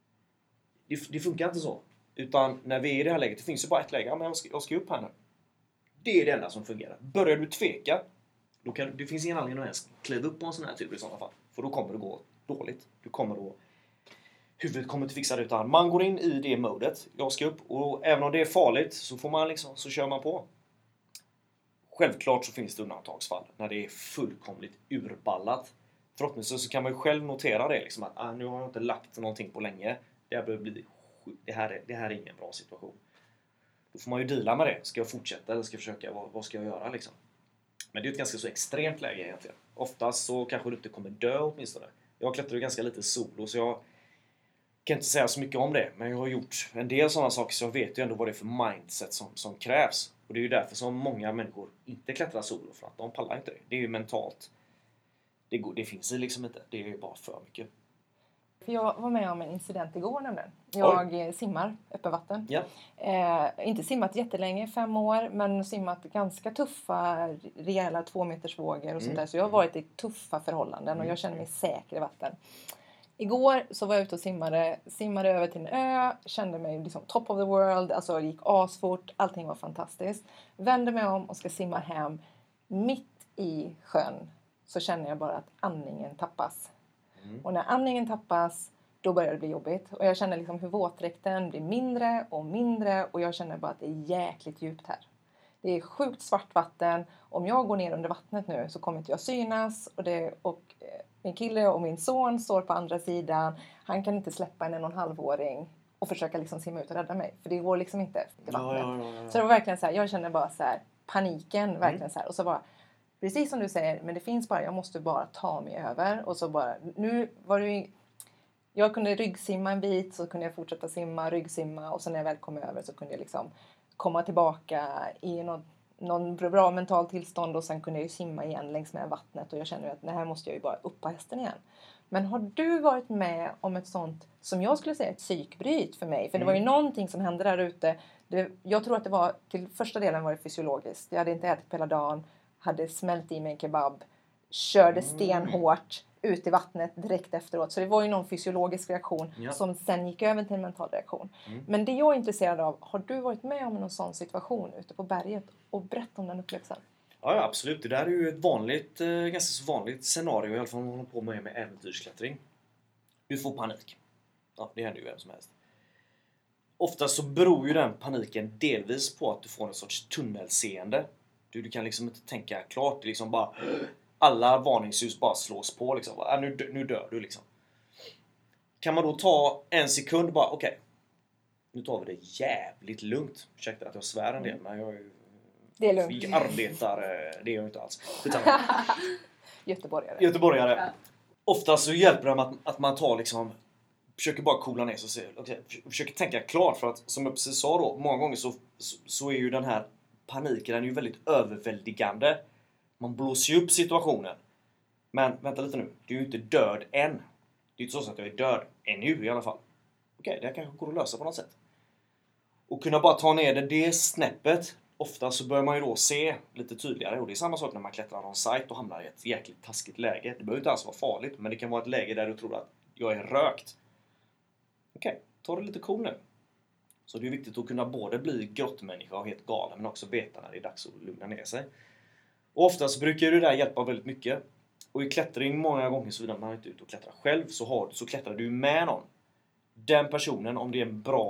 Det funkar inte så. Utan när vi är i det här läget, det finns ju bara ett läge. Ja, men jag ska upp här nu. Det är det enda som fungerar. Börjar du tveka, det finns ingen anledning att ens kliva upp på en sån här typ i sådana fall. För då kommer det gå dåligt. Huvudet kommer inte fixa det, utan man går in i det modet. Jag ska upp, och även om det är farligt så får man liksom, så kör man på. Självklart så finns det undantagsfall när det är fullkomligt urballat. Förhoppningsvis så kan man ju själv notera det liksom, att nu har jag inte lagt någonting på länge. Det här är ingen bra situation. Då får man ju deala med det. Ska jag fortsätta eller ska jag försöka, vad ska jag göra liksom? Men det är ett ganska så extremt läge egentligen. Oftast så kanske du inte kommer dö åtminstone. Jag klättrar ju ganska lite solo, så jag kan inte säga så mycket om det. Men jag har gjort en del sådana saker, så jag vet ju ändå vad det är för mindset som krävs. Och det är ju därför som många människor inte klättrar solo, för att de pallar inte det. Det är ju mentalt. Det finns ju liksom inte. Det är ju bara för mycket. Jag var med om en incident igår nämligen. Jag simmar öppen vatten. Ja. Inte simmat jättelänge, 5 år. Men simmat ganska tuffa, rejäla 2-metersvågor och sånt där. Så jag har varit i tuffa förhållanden och jag känner mig säker i vatten. Igår så var jag ute och simmade över till en ö, kände mig liksom top of the world, alltså gick asfort, allting var fantastiskt. Vände mig om och ska simma hem. Mitt i sjön så känner jag bara att andningen tappas. Och när andningen tappas, då börjar det bli jobbigt. Och jag känner liksom hur våtdräkten blir mindre och mindre, och jag känner bara att det är jäkligt djupt här. Det är sjukt svart vatten. Om jag går ner under vattnet nu så kommer inte jag synas. Och min kille och min son står på andra sidan. Han kan inte släppa en 1,5-åring och försöka liksom simma ut och rädda mig. För det går liksom inte efter vattnet. Ja. Så det var verkligen så här, jag känner bara så här, paniken verkligen så här. Och så bara, precis som du säger, men det finns bara, jag måste bara ta mig över. Och så bara, nu var det ju, jag kunde ryggsimma en bit, så kunde jag fortsätta simma, ryggsimma. Och sen när jag väl kom över så kunde jag liksom komma tillbaka i någon bra mental tillstånd, och sen kunde jag ju simma igen längs med vattnet, och jag känner att det här måste jag ju bara upp på hästen igen. Men har du varit med om ett sånt, som jag skulle säga ett psykbryt för mig? För det var ju någonting som hände där ute. Jag tror att det var, till första delen var det fysiologiskt. Jag hade inte ätit på hela dagen, hade smält i mig en kebab, körde stenhårt ut i vattnet direkt efteråt. Så det var ju någon fysiologisk reaktion som sen gick över till en mental reaktion. Men det jag är intresserad av, har du varit med om någon sån situation ute på berget, och berätta om den upplevelsen? Ja, absolut. Det där är ju ett ganska så vanligt scenario, i alla fall om man håller på med äventyrsklättring. Du får panik. Ja, det händer ju vem som helst. Ofta så beror ju den paniken delvis på att du får en sorts tunnelseende. Du kan liksom inte tänka klart. Det är liksom bara, alla varningsljus bara slås på liksom. Nu dör du liksom. Kan man då ta en sekund bara, okej. Nu tar vi det jävligt lugnt. Ursäkta att jag svär en del, men jag är ju... Det är lugnt. Vi arbetar, det är jag inte alls. Göteborgare. Ja. Ofta så hjälper det att man tar liksom, försöker bara coola ner sig och försöker tänka klart, för att som jag precis sa då, många gånger så är ju den här paniken, den är ju väldigt överväldigande. Man blåser ju upp situationen. Men vänta lite nu, du är ju inte död än. Det är inte så att jag är död ännu i alla fall. Okej, det här kanske går att lösa på något sätt. Och kunna bara ta ner det snäppet. Ofta så börjar man ju då se lite tydligare. Och det är samma sak när man klättrar någon sajt och hamnar i ett jäkligt taskigt läge. Det behöver inte alls vara farligt, men det kan vara ett läge där du tror att jag är rökt. Okej, ta det lite cool nu. Så det är viktigt att kunna både bli grottmänniska och helt galen, men också veta när det är dags att lugna ner sig. Och oftast brukar det där hjälpa väldigt mycket. Och i klättring många gånger, så vidare man inte ute och klättrar själv, så klättrar du med någon. Den personen, om det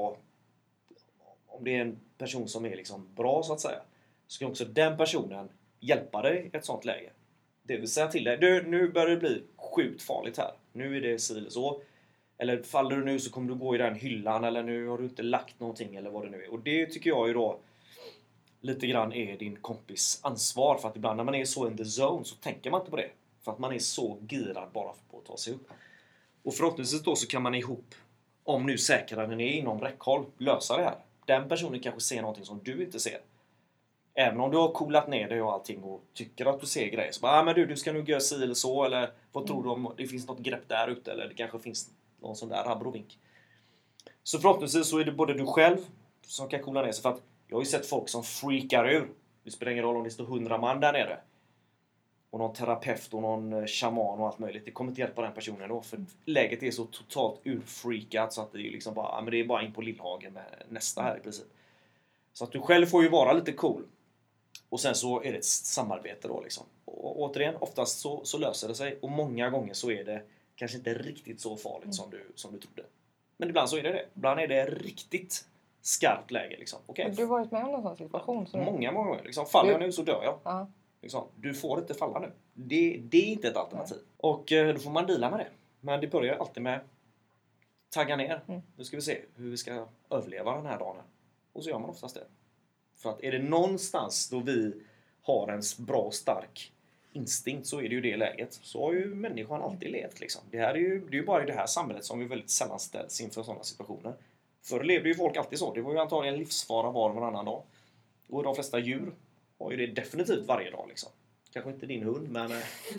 är en person som är liksom bra så att säga, så kan också den personen hjälpa dig i ett sånt läge. Det vill säga till dig, nu börjar det bli sjukt farligt här. Nu är det så. Eller faller du nu så kommer du gå i den hyllan, eller nu har du inte lagt någonting, eller vad det nu är. Och det tycker jag ju då lite grann är din kompis ansvar. För att ibland när man är så in the zone så tänker man inte på det. För att man är så girad bara på att ta sig upp. Och förhoppningsvis då så kan man ihop, om nu säkraren är inom räckhåll, lösa det här. Den personen kanske ser någonting som du inte ser. Även om du har coolat ner dig och allting och tycker att du ser grejer. Så bara, men du ska nog göra si eller så. Eller vad tror du om det finns något grepp där ute? Eller det kanske finns någon sån där abrovink. Så förhoppningsvis så är det både du själv som kan coola ner sig. För att jag har ju sett folk som freakar ur. Det spelar ingen roll om det står 100 man där nere. Och någon terapeut och någon shaman och allt möjligt. Det kommer inte hjälpa den personen då. För läget är så totalt urfreakat så att det är liksom bara, men det är bara in på Lillhagen med nästa här i princip. Så att du själv får ju vara lite cool. Och sen så är det ett samarbete då liksom. Och återigen, oftast så löser det sig. Och många gånger så är det kanske inte riktigt så farligt som du trodde. Men ibland så är det. Ibland är det riktigt skarpt läge liksom. Okay. Du har varit med om någon sån situation? Så många gånger. Liksom, faller jag nu så dör jag. Ja. Liksom, du får inte falla nu. Det är inte ett alternativ. Nej. Och då får man deala med det. Men det börjar alltid med tagga ner. Nu ska vi se hur vi ska överleva den här dagen. Och så gör man oftast det. För att är det någonstans då vi har en bra och stark instinkt, så är det ju det läget. Så har ju människan alltid levt liksom. Det är ju bara i det här samhället som vi väldigt sällan ställs inför sådana situationer. Förr levde ju folk alltid så. Det var ju antagligen livsfara var och varannan dag. Och de flesta djur har ju det definitivt varje dag liksom. Kanske inte din hund, men...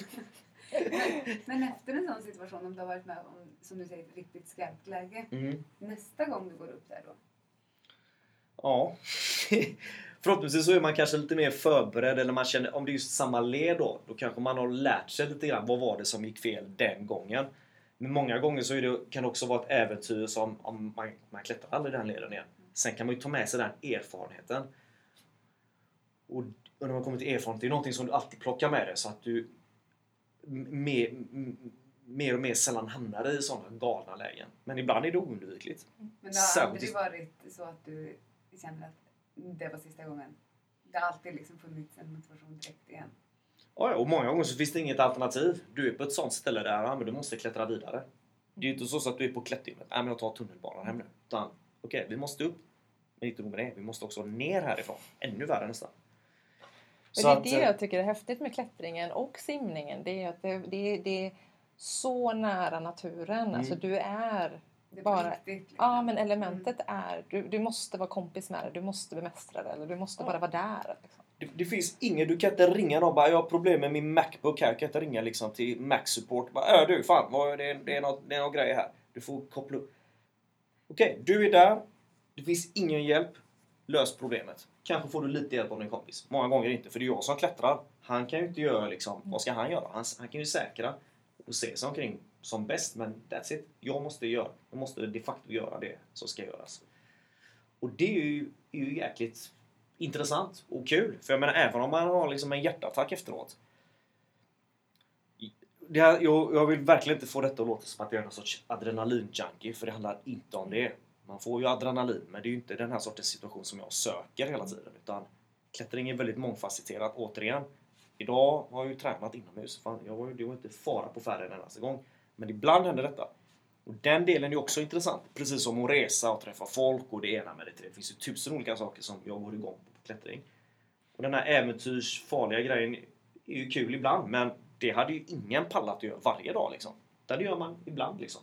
Men efter en sån situation, om du har varit med om, som du säger, ett riktigt skarpt läge. Nästa gång du går upp där då? Ja. Förhoppningsvis så är man kanske lite mer förberedd, eller man känner, om det är just samma led då kanske man har lärt sig lite grann vad var det som gick fel den gången. Men många gånger så kan det också vara ett äventyr som om man klättrar aldrig den leden igen. Sen kan man ju ta med sig den erfarenheten. Och när man kommer till erfarenhet, det är någonting som du alltid plockar med dig, så att du mer och mer sällan hamnar i sådana galna lägen. Men ibland är det oundvikligt. Men det har aldrig varit så att du känner att det var sista gången? Det har alltid liksom funnits en motivation direkt igen? Ja, och många gånger så finns det inget alternativ. Du är på ett sånt ställe där men du måste klättra vidare. Det är ju inte så att du är på klättergymmet. Men jag tar tunnelbanan hem nu. Utan okej, vi måste upp. Men inte nog med det. Vi måste också ner härifrån. Ännu värre nästan. Så det är det jag tycker är häftigt med klättringen och simningen. Det är att det är så nära naturen. Alltså du är bara... Riktigt, ja, men elementet är... Du måste vara kompis med det. Du måste bemästra det. Eller du måste bara vara där. Liksom. Det finns ingen... Du kan inte ringa någon bara, jag har problem med min Macbook här. Jag kan inte ringa liksom till Mac Support. Bara, du, fan, det är någon grej här. Du får koppla upp. Okej, du är där. Det finns ingen hjälp. Lös problemet. Kanske får du lite hjälp av din kompis. Många gånger inte, för det är jag som klättrar. Han kan ju inte göra liksom... Vad ska han göra? Han kan ju säkra och se sig omkring som bäst, men that's it. Jag måste de facto göra det som ska göras. Och det är ju jäkligt intressant och kul. För jag menar, även om man har liksom en hjärtattack efteråt. Jag vill verkligen inte få detta att låta som att jag är någon sorts adrenalin-junkie, för det handlar inte om det. Man får ju adrenalin, men det är ju inte den här sortens situation som jag söker hela tiden. Utan klättring är väldigt mångfacetterat. Återigen, idag har jag ju tränat inomhus. Fan, det var inte fara på färden en nästa gång. Men ibland händer detta. Och den delen är också intressant. Precis som att resa och träffa folk och det ena med det. Det finns ju 1000 olika saker som jag går igång på klättring. Och den här äventyrsfarliga grejen är ju kul ibland. Men det hade ju ingen pallat att göra varje dag liksom. Det gör man ibland liksom.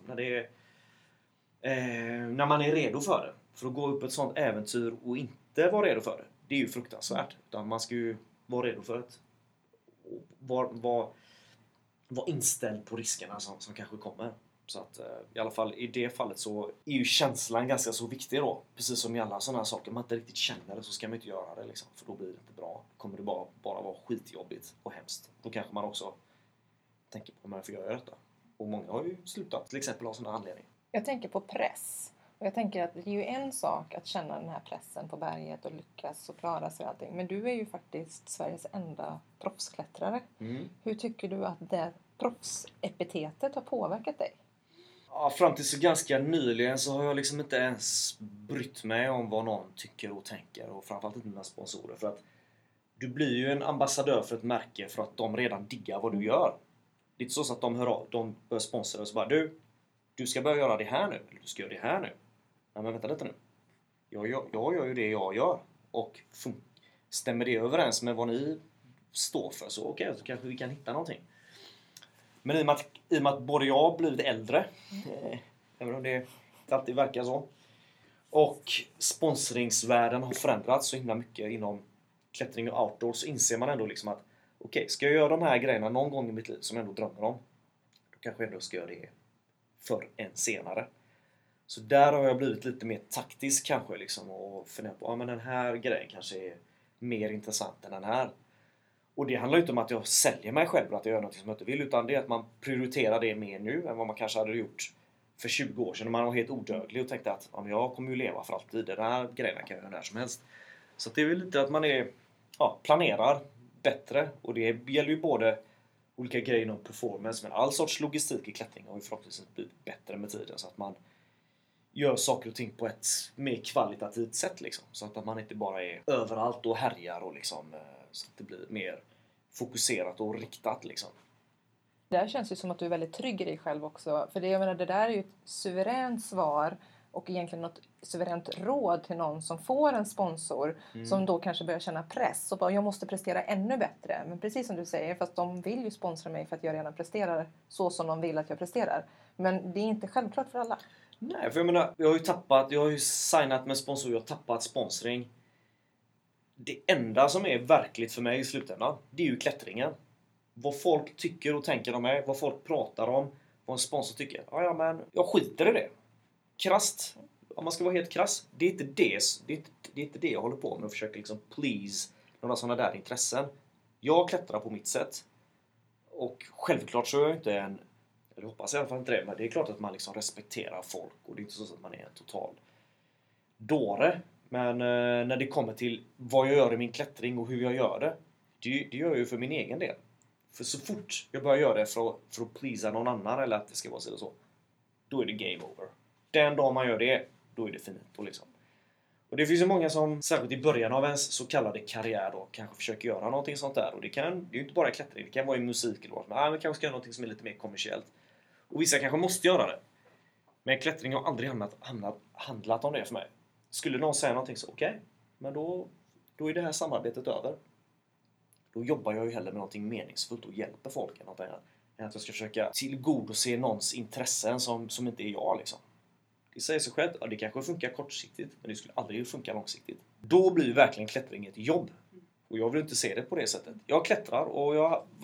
När man är redo för det. För att gå upp ett sånt äventyr och inte vara redo för det. Det är ju fruktansvärt. Utan man ska ju vara redo för det. Vara inställd på riskerna som kanske kommer. Så att i alla fall i det fallet så är ju känslan ganska så viktig då. Precis som i alla sådana här saker. Om man inte riktigt känner det så ska man inte göra det liksom. För då blir det inte bra. Då kommer det bara vara skitjobbigt och hemskt. Då kanske man också tänker på varför jag gör detta. Och många har ju slutat till exempel av sådana anledningar. Jag tänker på press. Och jag tänker att det är ju en sak att känna den här pressen på berget och lyckas och klara sig och allting. Men du är ju faktiskt Sveriges enda proffsklättrare. Hur tycker du att det proffsepitetet har påverkat dig? Ja, fram till så ganska nyligen så har jag liksom inte ens brytt mig om vad någon tycker och tänker. Och framförallt inte mina sponsorer. För att du blir ju en ambassadör för ett märke för att de redan diggar vad du gör. Det är inte så att de börjar sponsra och så bara du ska börja göra det här nu. Eller du ska göra det här nu. Nej, men vänta lite nu. Jag gör ju det jag gör. Och stämmer det överens med vad ni står för så okej, så kanske vi kan hitta någonting. Men i och med att både jag har blivit äldre, även om det alltid verkar så, och sponsringsvärlden har förändrats så himla mycket inom klättring och outdoor, så inser man ändå liksom att okej, ska jag göra de här grejerna någon gång i mitt liv som jag ändå drömmer om, då kanske jag ändå ska göra det förr än senare. Så där har jag blivit lite mer taktisk kanske liksom, och funderat på men den här grejen kanske är mer intressant än den här. Och det handlar ju inte om att jag säljer mig själv och att jag gör något som jag inte vill, utan det är att man prioriterar det mer nu än vad man kanske hade gjort för 20 år sedan. När man var helt odödlig och tänkte att jag kommer ju leva för alltid. Den här grejerna kan jag göra när som helst. Så det är väl lite att man planerar bättre. Och det gäller ju både olika grejer inom performance, men all sorts logistik i klättring har ju förhoppningsvis blivit bättre med tiden. Så att man gör saker och ting på ett mer kvalitativt sätt liksom. Så att man inte bara är överallt och härjar och liksom, så att det blir mer fokuserat och riktat liksom. Det här känns ju som att du är väldigt trygg i dig själv också. För jag menar, det där är ju ett suveränt svar och egentligen något suveränt råd till någon som får en sponsor som då kanske börjar känna press och bara, jag måste prestera ännu bättre. Men precis som du säger, fast de vill ju sponsra mig för att jag redan presterar så som de vill att jag presterar. Men det är inte självklart för alla. Nej, för jag menar, jag har ju signat med sponsor, jag har tappat sponsring. Det enda som är verkligt för mig i slutändan, det är ju klättringen. Vad folk tycker och tänker om mig, vad folk pratar om, vad en sponsor tycker. Ja, men jag skiter i det. Krasst, om man ska vara helt krass, det är inte det jag håller på med och försöker liksom please några sådana där intressen. Jag klättrar på mitt sätt. Och självklart så är jag inte jag hoppas i alla fall inte det, men det är klart att man liksom respekterar folk och det är inte så att man är en total dåre. Men när det kommer till vad jag gör i min klättring och hur jag gör det gör jag ju för min egen del. För så fort jag börjar göra det för att pleasa någon annan eller att det ska vara så, då är det game over. Den dag man gör det, då är det finito liksom. Och det finns ju många som, särskilt i början av ens så kallade karriär då, kanske försöker göra någonting sånt där. Och det är ju inte bara klättring, det kan vara i musik eller vad. Men vi kanske ska göra någonting som är lite mer kommersiellt. Och vissa kanske måste göra det. Men klättring har aldrig handlat om det för mig. Skulle någon säga någonting så okej, men då är det här samarbetet över. Då jobbar jag ju hellre med någonting meningsfullt och hjälper folk än något annat. Än att jag ska försöka tillgodose någons intressen som inte är jag liksom. Det säger sig själv, det kanske funkar kortsiktigt, men det skulle aldrig funka långsiktigt. Då blir verkligen klättring ett jobb. Och jag vill inte se det på det sättet. Jag klättrar och jag har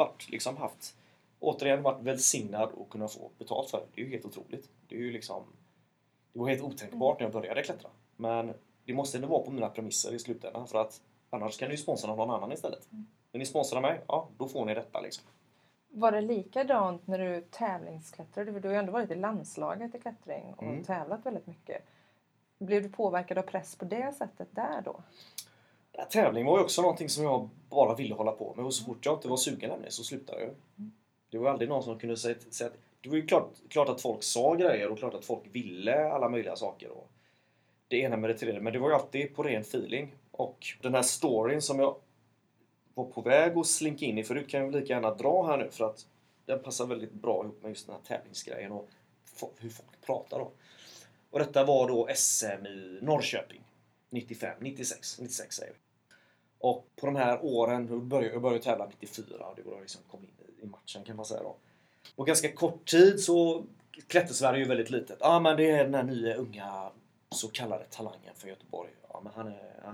varit välsignad och kunna få betalt för det. Det är ju helt otroligt. Det var helt otänkbart när jag började klättra. Men det måste ändå vara på mina premisser i slutändan. För att annars kan ni ju sponsra någon annan istället. När ni sponsrar mig, då får ni detta liksom. Var det likadant när du tävlingsklättrade? Du har ju ändå varit i landslaget i klättring och tävlat väldigt mycket. Blev du påverkad av press på det sättet där då? Ja, tävling var ju också någonting som jag bara ville hålla på med. Och så fort jag inte var sugen längre så slutade jag. Det var aldrig någon som kunde säga att det var ju klart att folk sa grejer och klart att folk ville alla möjliga saker. Och det ena med det tredje. Men det var ju alltid på ren feeling. Och den här storyn som jag var på väg att slinka in i förut kan jag lika gärna dra här nu. För att den passar väldigt bra ihop med just den här tävlingsgrejen och hur folk pratar då. Och detta var då SM i Norrköping. 95, 96 säger vi. Och på de här åren, jag började tävla 94 och det var liksom kom in i matchen kan man säga då. På ganska kort tid så klättersverige ju väldigt litet. Men det är den här nya unga så kallade talangen för Göteborg. Ja, men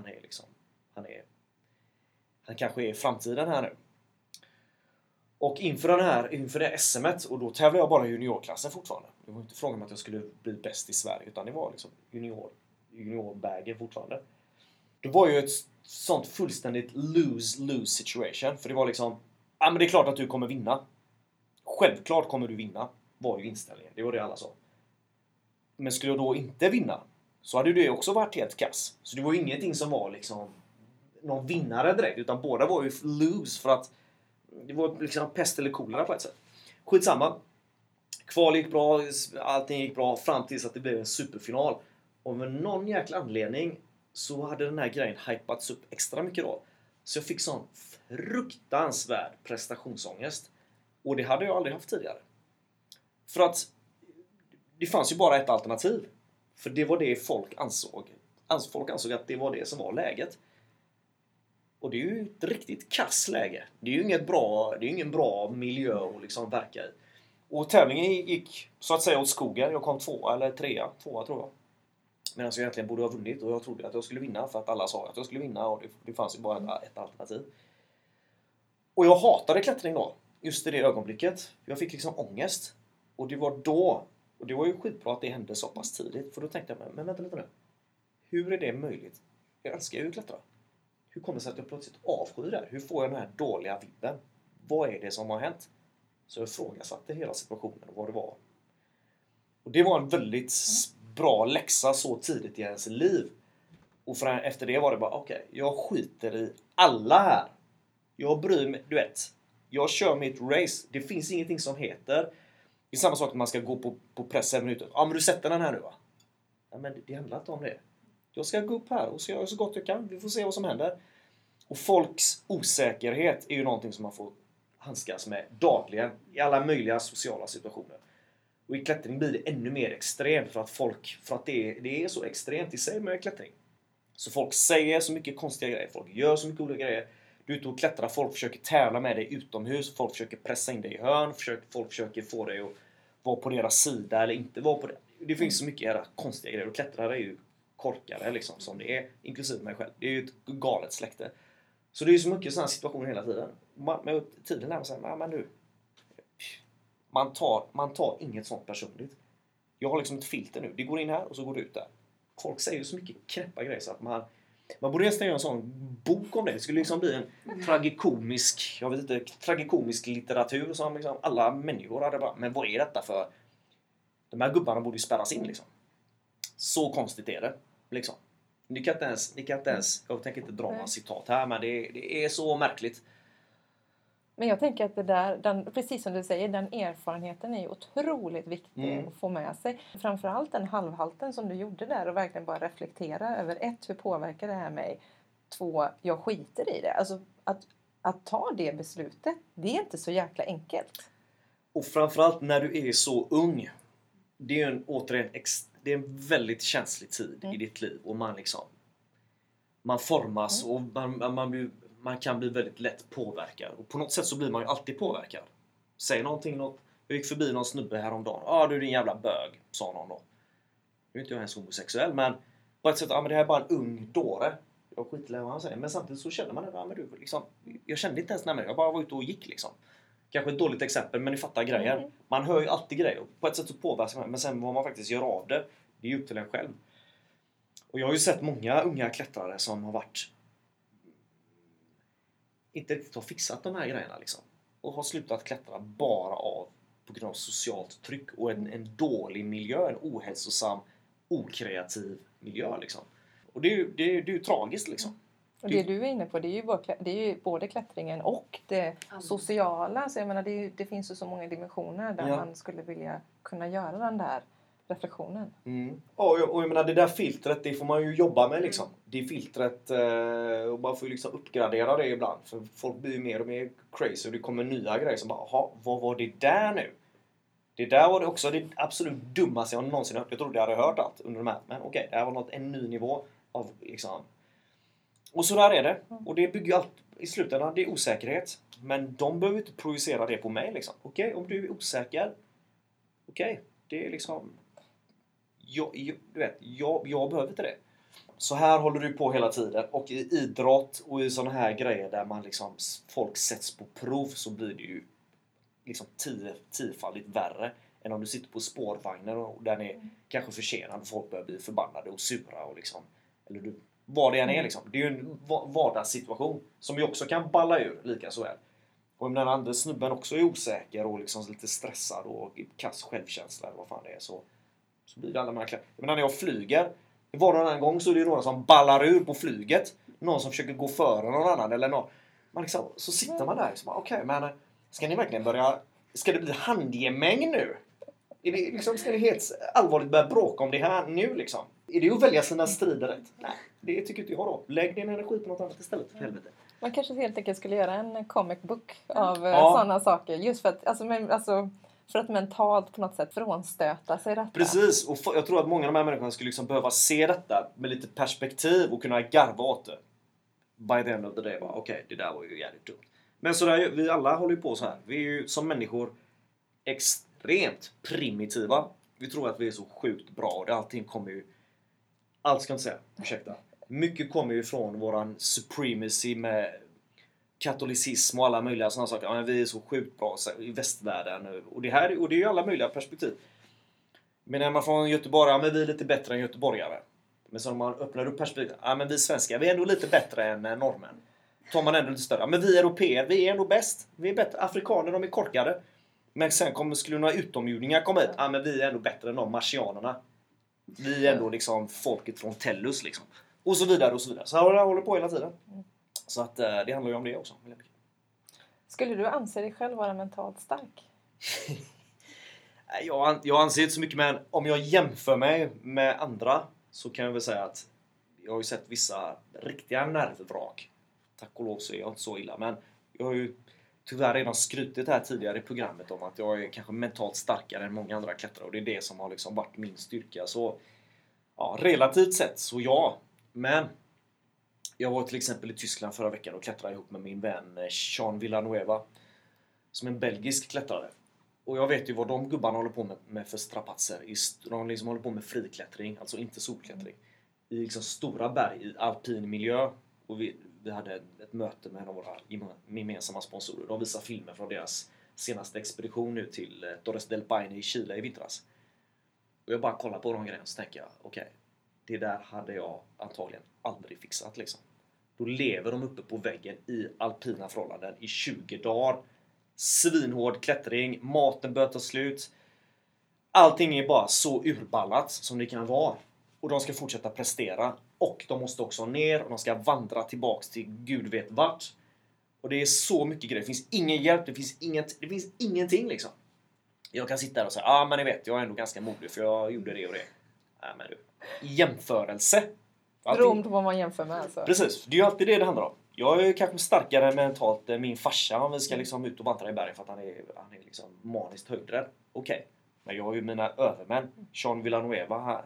han kanske är framtiden här nu. Och inför det SM:et, och då tävlade jag bara i juniorklassen fortfarande. Det var inte frågan om att jag skulle bli bäst i Sverige, utan det var liksom juniorbägen fortfarande. Det var ju ett sånt fullständigt lose situation. För det var liksom, men det är klart att du kommer vinna. Självklart kommer du vinna, var ju inställningen. Det var det alla sa. Men skulle jag då inte vinna, så hade det också varit helt kass. Så det var ju ingenting som var liksom någon vinnare direkt, utan båda var ju lose, för att det var liksom pest eller kolera på ett sätt. Skitsamma. Kval gick bra, allting gick bra fram tills att det blev en superfinal. Och med någon jäkla anledning så hade den här grejen hypats upp extra mycket då. Så jag fick sån fruktansvärd prestationsångest. Och det hade jag aldrig haft tidigare. För att det fanns ju bara ett alternativ. För det var det folk ansåg. Folk ansåg att det var det som var läget. Och det är ju ett riktigt kass läge. Det är ju ingen bra miljö att liksom verka i. Och tävlingen gick så att säga åt skogen. Jag kom tvåa tror jag. Medan jag egentligen borde ha vunnit, och jag trodde att jag skulle vinna för att alla sa att jag skulle vinna, och det fanns ju bara ett alternativ. Och jag hatade klättring då, just i det ögonblicket. Jag fick liksom ångest. Och det var då, och det var ju skitbra att det hände så pass tidigt, för då tänkte jag, men vänta lite nu. Hur är det möjligt? Jag älskar ju att klättra. Hur kommer det sig att jag plötsligt avskyr det här? Hur får jag den här dåliga vibben? Vad är det som har hänt? Så jag ifrågasatte hela situationen och vad det var. Och det var en väldigt bra läxa så tidigt i ens liv. Och efter det var det bara, okej, jag skiter i alla här. Jag bryr mig, du vet. Jag kör mitt race. Det finns ingenting som heter. Det är samma sak när man ska gå på press 7 minuter. Ja, men du sätter den här nu, va? Ja, men det handlar inte om det. Jag ska gå upp här och ska göra så gott jag kan. Vi får se vad som händer. Och folks osäkerhet är ju någonting som man får handskas med dagligen i alla möjliga sociala situationer. Och i klättring blir det ännu mer extremt för att det är så extremt i sig med klättring. Så folk säger så mycket konstiga grejer, folk gör så mycket olika grejer. Du är ute och klättrar, folk försöker tävla med dig utomhus, folk försöker pressa in dig i hörn, folk försöker få dig att vara på deras sida eller inte vara på det. Det finns så mycket konstiga grejer, och klättrare är ju korkare liksom, som det är, inklusive mig själv. Det är ju ett galet släkte. Så det är ju så mycket sådana situationer hela tiden. Med tiden lär man sig, men nu, man tar inget sånt personligt. Jag har liksom ett filter nu. Det går in här och så går det ut där. Folk säger ju så mycket knäppa grejer så att man borde nästan göra en sån bok om det. Det skulle liksom bli en tragikomisk litteratur som liksom alla människor hade bara, men vad är detta för? De här gubbarna borde ju spärras in liksom. Så konstigt är det liksom. Ni kan inte ens, jag tänker inte dra några citat här, men det är så märkligt. Men jag tänker att det där, precis som du säger, den erfarenheten är ju otroligt viktig att få med sig. Framförallt den halvhalten som du gjorde där, och verkligen bara reflektera över 1, hur påverkar det här mig? 2, jag skiter i det. Alltså att ta det beslutet, det är inte så jäkla enkelt. Och framförallt när du är så ung. Det är det är en väldigt känslig tid i ditt liv, och man formas och man kan bli väldigt lätt påverkad. Och på något sätt så blir man ju alltid påverkad. Säg någonting. Jag gick förbi någon snubbe häromdagen. Du är din jävla bög, sa någon då. Nu är inte jag ens homosexuell, men på ett sätt, men det här är bara en ung dåre. Jag skiter i vad han säger. Men samtidigt så känner man det. Men du, liksom, jag kände inte ens när jag bara var ute och gick liksom. Kanske ett dåligt exempel, men ni fattar grejer. Man hör ju alltid grejer. På ett sätt så påverkas man. Men sen vad man faktiskt gör av det, det är ju upp till en själv. Och jag har ju sett många unga klättrare som har varit inte riktigt har fixat de här grejerna liksom. Och har slutat klättra bara på grund av socialt tryck och en dålig miljö, en ohälsosam, okreativ miljö liksom. Och det är ju tragiskt liksom. Och det du är inne på, det är ju både klättringen och det sociala. Så jag menar, det finns ju så många dimensioner där man skulle vilja kunna göra den där reflektionen. Och jag menar, det där filtret, det får man ju jobba med liksom. Det filtret, och man får ju liksom uppgradera det ibland. För folk blir ju mer och mer crazy, och det kommer nya grejer som bara, vad var det där nu? Det där var det också det absolut dummaste jag någonsin hört. Jag trodde jag hade hört allt under de här. Men okej, det här var en ny nivå av liksom. Och så där är det. Och det bygger ju allt i slutändan, det är osäkerhet. Men de behöver inte projicera det på mig liksom. Okej, om du är osäker. Okej, det är liksom. Jag behöver inte det. Så här håller du på hela tiden. Och i idrott och i sådana här grejer där man liksom, folk sätts på prov, så blir det ju liksom 10-faldigt värre än om du sitter på spårvagnen och den är kanske försenad och folk börjar bli förbannade och sura och liksom, eller vad det än är liksom. Det är ju en vardagssituation som ju också kan balla ur lika så väl. Och om den andra snubben också är osäker och liksom lite stressad och kass självkänsla eller vad fan det är, så Så blir det alla märkliga. Men när jag flyger, var och annan gång så är det någon som ballar ur på flyget. Någon som försöker gå före någon annan eller någon. Man liksom, så sitter man där och så okej, men ska ni verkligen börja, ska det bli handgemäng nu? Är det liksom, ska ni helt allvarligt börja bråka om det här nu liksom? Är det att välja sina strider rätt? Nej, det tycker inte jag då. Lägg din energi på något annat istället, för helvete. Man kanske helt enkelt skulle göra en comic book av sådana saker. Just för att, för att mentalt på något sätt frånstöta sig detta. Precis, och jag tror att många av de här människorna skulle liksom behöva se detta med lite perspektiv och kunna garva åt det. By the end of the day, okej, det där var ju jävligt dumt. Men så där, vi alla håller ju på så här. Vi är ju som människor extremt primitiva. Vi tror att vi är så sjukt bra och allting kommer ju... Allt ska jag inte säga, ursäkta. Mycket kommer ju från våran supremacy med katolicism och alla möjliga sådana saker. Ja, vi är så sjukt bra i västvärlden. Och det är ju alla möjliga perspektiv. Men när man från Göteborg, ja men vi är lite bättre än göteborgare. Men så när man öppnar upp perspektiv, ja men vi svenskar, vi är ändå lite bättre än norrmän. Tar man ändå lite större, ja men vi europeer, vi är ändå bäst. Vi är bättre, afrikaner de är korkade. Men sen skulle några utomjordingar komma hit, ja men vi är ändå bättre än de marsianerna. Vi är ändå liksom folket från Tellus liksom. Och så vidare och så vidare. Så här håller på hela tiden. Så att det handlar ju om det också. Skulle du anse dig själv vara mentalt stark? Jag anser inte så mycket, men om jag jämför mig med andra så kan jag väl säga att jag har ju sett vissa riktiga nervvrak. Tack och lov så är jag inte så illa, men jag har ju tyvärr redan skrytit här tidigare i programmet om att jag är kanske mentalt starkare än många andra klättrare, och det är det som har liksom varit min styrka. Så ja, relativt sett så ja, men jag var till exempel i Tyskland förra veckan och klättrade ihop med min vän Jean Villanueva som en belgisk klättrare. Och jag vet ju vad de gubbarna håller på med för strapatser. De liksom håller på med friklättring, alltså inte solklättring. I liksom stora berg, i alpin miljö. Och vi hade ett möte med en av våra gemensamma sponsorer. De visar filmer från deras senaste expedition nu till Torres del Paine i Chile i vintras. Och jag bara kollar på de grejerna och så tänker jag, okej, det där hade jag antagligen aldrig fixat liksom. Då lever de uppe på väggen i alpina förhållanden i 20 dagar. Svinhård klättring, maten börjar ta slut. Allting är bara så urballat som det kan vara. Och de ska fortsätta prestera. Och de måste också ner och de ska vandra tillbaks till Gud vet vart. Och det är så mycket grejer. Det finns ingen hjälp, det finns ingenting liksom. Jag kan sitta där och säga, men ni vet, jag är ändå ganska modig för jag gjorde det och det. Men du, jämförelse. Beroende på vad man jämför med alltså. Precis, det är ju alltid det handlar om. Jag är kanske starkare mentalt än min farsa om vi ska liksom ut och vandra i bergen för att han är liksom maniskt höjdrädd. Okej. Men jag har ju mina övermän. Jean Villanueva här.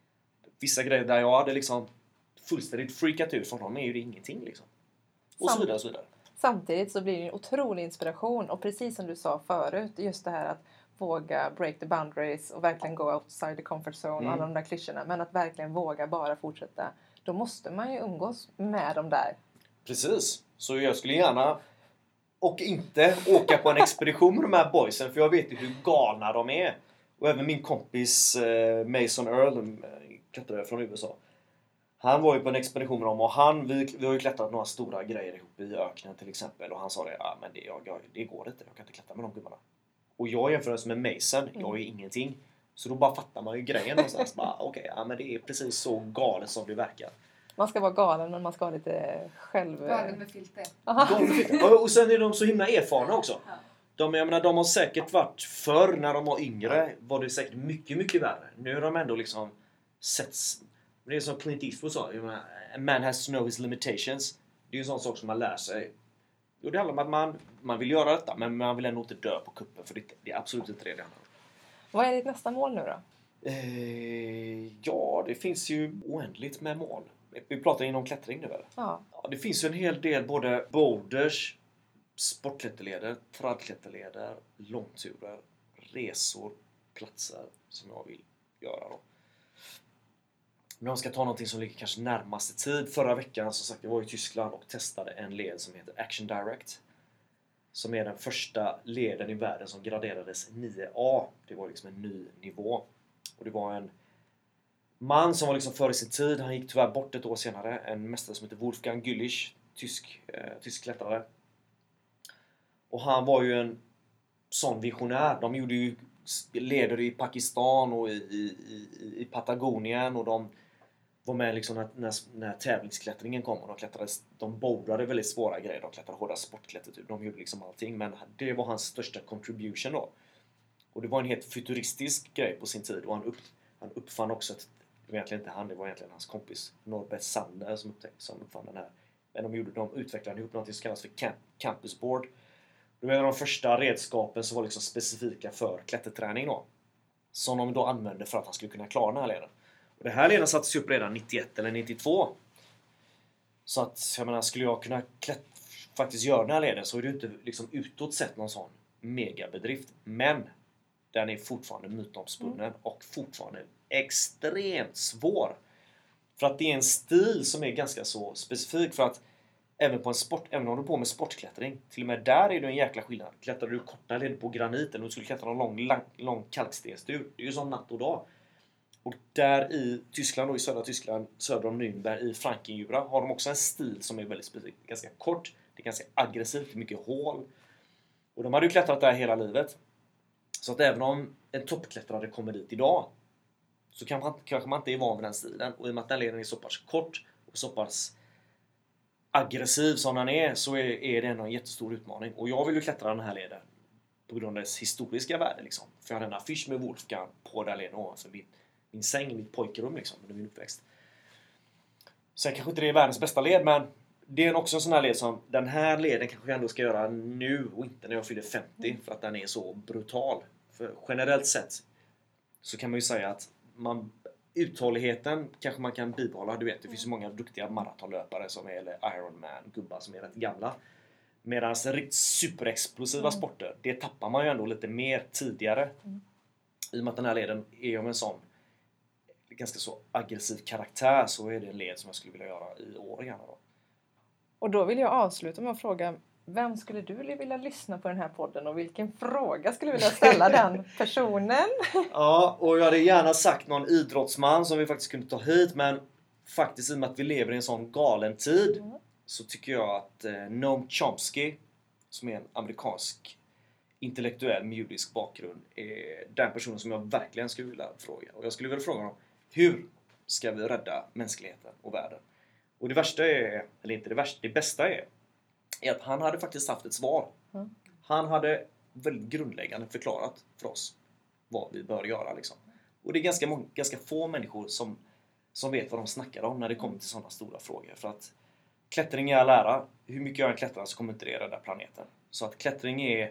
Vissa grejer där jag hade liksom fullständigt freakat ut från honom är ju det ingenting liksom. Och så vidare och så vidare. Samtidigt så blir det en otrolig inspiration. Och precis som du sa förut, just det här att våga break the boundaries och verkligen gå outside the comfort zone och alla de där klyschorna. Men att verkligen våga bara fortsätta. Då måste man ju umgås med dem där. Precis. Så jag skulle gärna och inte åka på en expedition med de här boysen, för jag vet ju hur galna de är. Och även min kompis Mason Earl, klättrare från USA. Han var ju på en expedition med dem och vi har ju klättrat några stora grejer ihop i öknen till exempel. Och han sa det, men det går inte, jag kan inte klättra med de gubbarna. Och jag jämför med Mason, jag är ingenting. Så då bara fattar man ju grejen någonstans. Men det är precis så galet som det verkar. Man ska vara galen, men man ska ha lite Galen med filter. Och sen är de så himla erfarna också. De har säkert varit förr när de var yngre. Var det säkert mycket, mycket värre. Nu är de ändå liksom setts. Det är som Clint Eastwood sa. A man has to know his limitations. Det är ju en sån sak som man lär sig. Jo, det handlar om att man vill göra detta. Men man vill ändå inte dö på kuppen. För det är absolut inte det handlar om. Vad är ditt nästa mål nu då? Ja, det finns ju oändligt med mål. Vi pratar inom klättring nu väl? Ja. Det finns ju en hel del både boulders, sportklätterleder, tradklätterleder, långturer, resor, platser som jag vill göra då. Men jag ska ta någonting som ligger kanske närmaste tid. Förra veckan så sagt jag var i Tyskland och testade en led som heter Action Direct. Som är den första leden i världen som graderades 9A. Det var liksom en ny nivå. Och det var en man som var liksom före sin tid. Han gick tyvärr bort ett år senare. En mästare som heter Wolfgang Güllich. Tysk klättrare. Och han var ju en sån visionär. De gjorde ju leder i Pakistan och i Patagonien, och de var med liksom när tävlingsklättringen kom, och de bordade väldigt svåra grejer, de klättrade hårda sportklätter typ. De gjorde liksom allting, men det var hans största contribution då. Och det var en helt futuristisk grej på sin tid, och han uppfann också det var egentligen inte han, det var egentligen hans kompis Norbert Sander som uppfann den här. Men de utvecklade ihop något som kallas för campusboard. Det var en av de första redskapen som var liksom specifika för klätterträning då, som de då använde för att han skulle kunna klara den här leden. Och det här leden sattes upp redan 91 eller 92. Så att, jag menar, skulle jag kunna faktiskt göra den här leden, så är det inte liksom utåt sett någon sån megabedrift. Men den är fortfarande mytomspunnen och fortfarande extremt svår. För att det är en stil som är ganska så specifik, för att även om du är på med sportklättring, till och med där är det en jäkla skillnad. Klättrar du korta led på graniten och du skulle klättra en lång kalkstenstur, det är ju som natt och dag. Och där i Tyskland och i södra Tyskland, söder om Nürnberg, i Frankenjura, har de också en stil som är väldigt specifik. Ganska kort, det är ganska aggressivt, mycket hål. Och de hade ju klättrat där hela livet. Så att även om en toppklättrare kommer dit idag, så kanske man inte är van vid den stilen. Och i och med att den leden är så pass kort och så pass aggressiv som den är, så är det en jättestor utmaning. Och jag vill ju klättra den här leden på grund av dess historiska värde liksom. För jag hade en affisch med Wolfgang på den leden ovanför min säng i mitt pojkrum liksom, under min uppväxt. Sen kanske inte det är världens bästa led, men det är också en sån här led som, den här leden kanske jag ändå ska göra nu och inte när jag fyller 50, för att den är så brutal. För generellt sett så kan man ju säga att uthålligheten kanske man kan bibehålla. Du vet, det finns så många duktiga maratonlöpare som är, eller Ironman-gubbar som är rätt gamla. Medan riktigt superexplosiva sporter, det tappar man ju ändå lite mer tidigare. I och med att den här leden är om en sån ganska så aggressiv karaktär, så är det en led som jag skulle vilja göra i år gärna då. Och då vill jag avsluta med att fråga, vem skulle du vilja lyssna på den här podden, och vilken fråga skulle du vilja ställa den personen? Ja, och jag hade gärna sagt någon idrottsman som vi faktiskt kunde ta hit, men faktiskt i och med att vi lever i en sån galen tid, så tycker jag att Noam Chomsky, som är en amerikansk intellektuell med judisk bakgrund, är den personen som jag verkligen skulle vilja fråga. Och jag skulle vilja fråga honom, hur ska vi rädda mänskligheten och världen? Och det värsta är, eller inte det värsta, det bästa är att han hade faktiskt haft ett svar. Han hade väldigt grundläggande förklarat för oss vad vi bör göra liksom. Och det är ganska få människor som vet vad de snackar om när det kommer till sådana stora frågor. För att klättring är all ära. Hur mycket jag än klättrar så kommer inte det rädda planeten. Så att klättring är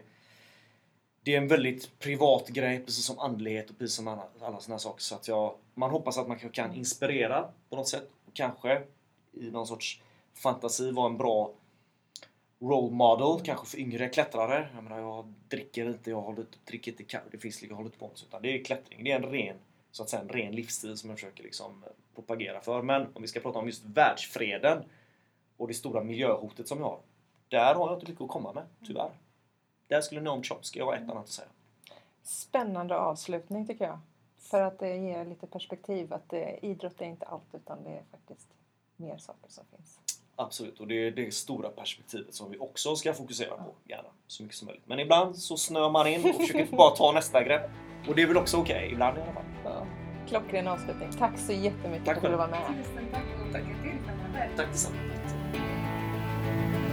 en väldigt privat grej, precis som andlighet och precis som alla sådana saker. Så att man hoppas att man kan inspirera på något sätt. Och kanske i någon sorts fantasi vara en bra role model, kanske för yngre klättrare. Jag menar, jag dricker inte, dricker inte kaffe, det finns liksom, håller inte på med, utan det är klättring. Det är en ren livsstil som jag försöker liksom propagera för. Men om vi ska prata om just världsfreden och det stora miljöhotet som vi har, där har jag inte mycket att komma med, tyvärr. Där skulle Noam Chomsky ha ett annat att säga. Spännande avslutning tycker jag. För att det ger lite perspektiv, att idrott är inte allt, utan det är faktiskt mer saker som finns. Absolut, och det är det stora perspektivet som vi också ska fokusera på, gärna, så mycket som möjligt. Men ibland så snör man in och försöker bara ta nästa grepp. Och det är väl också okej, ibland i alla fall. Ja. Klockren avslutning. Tack så jättemycket för att du var med. Tusen tack och lycka till framöver. Tack detsamma.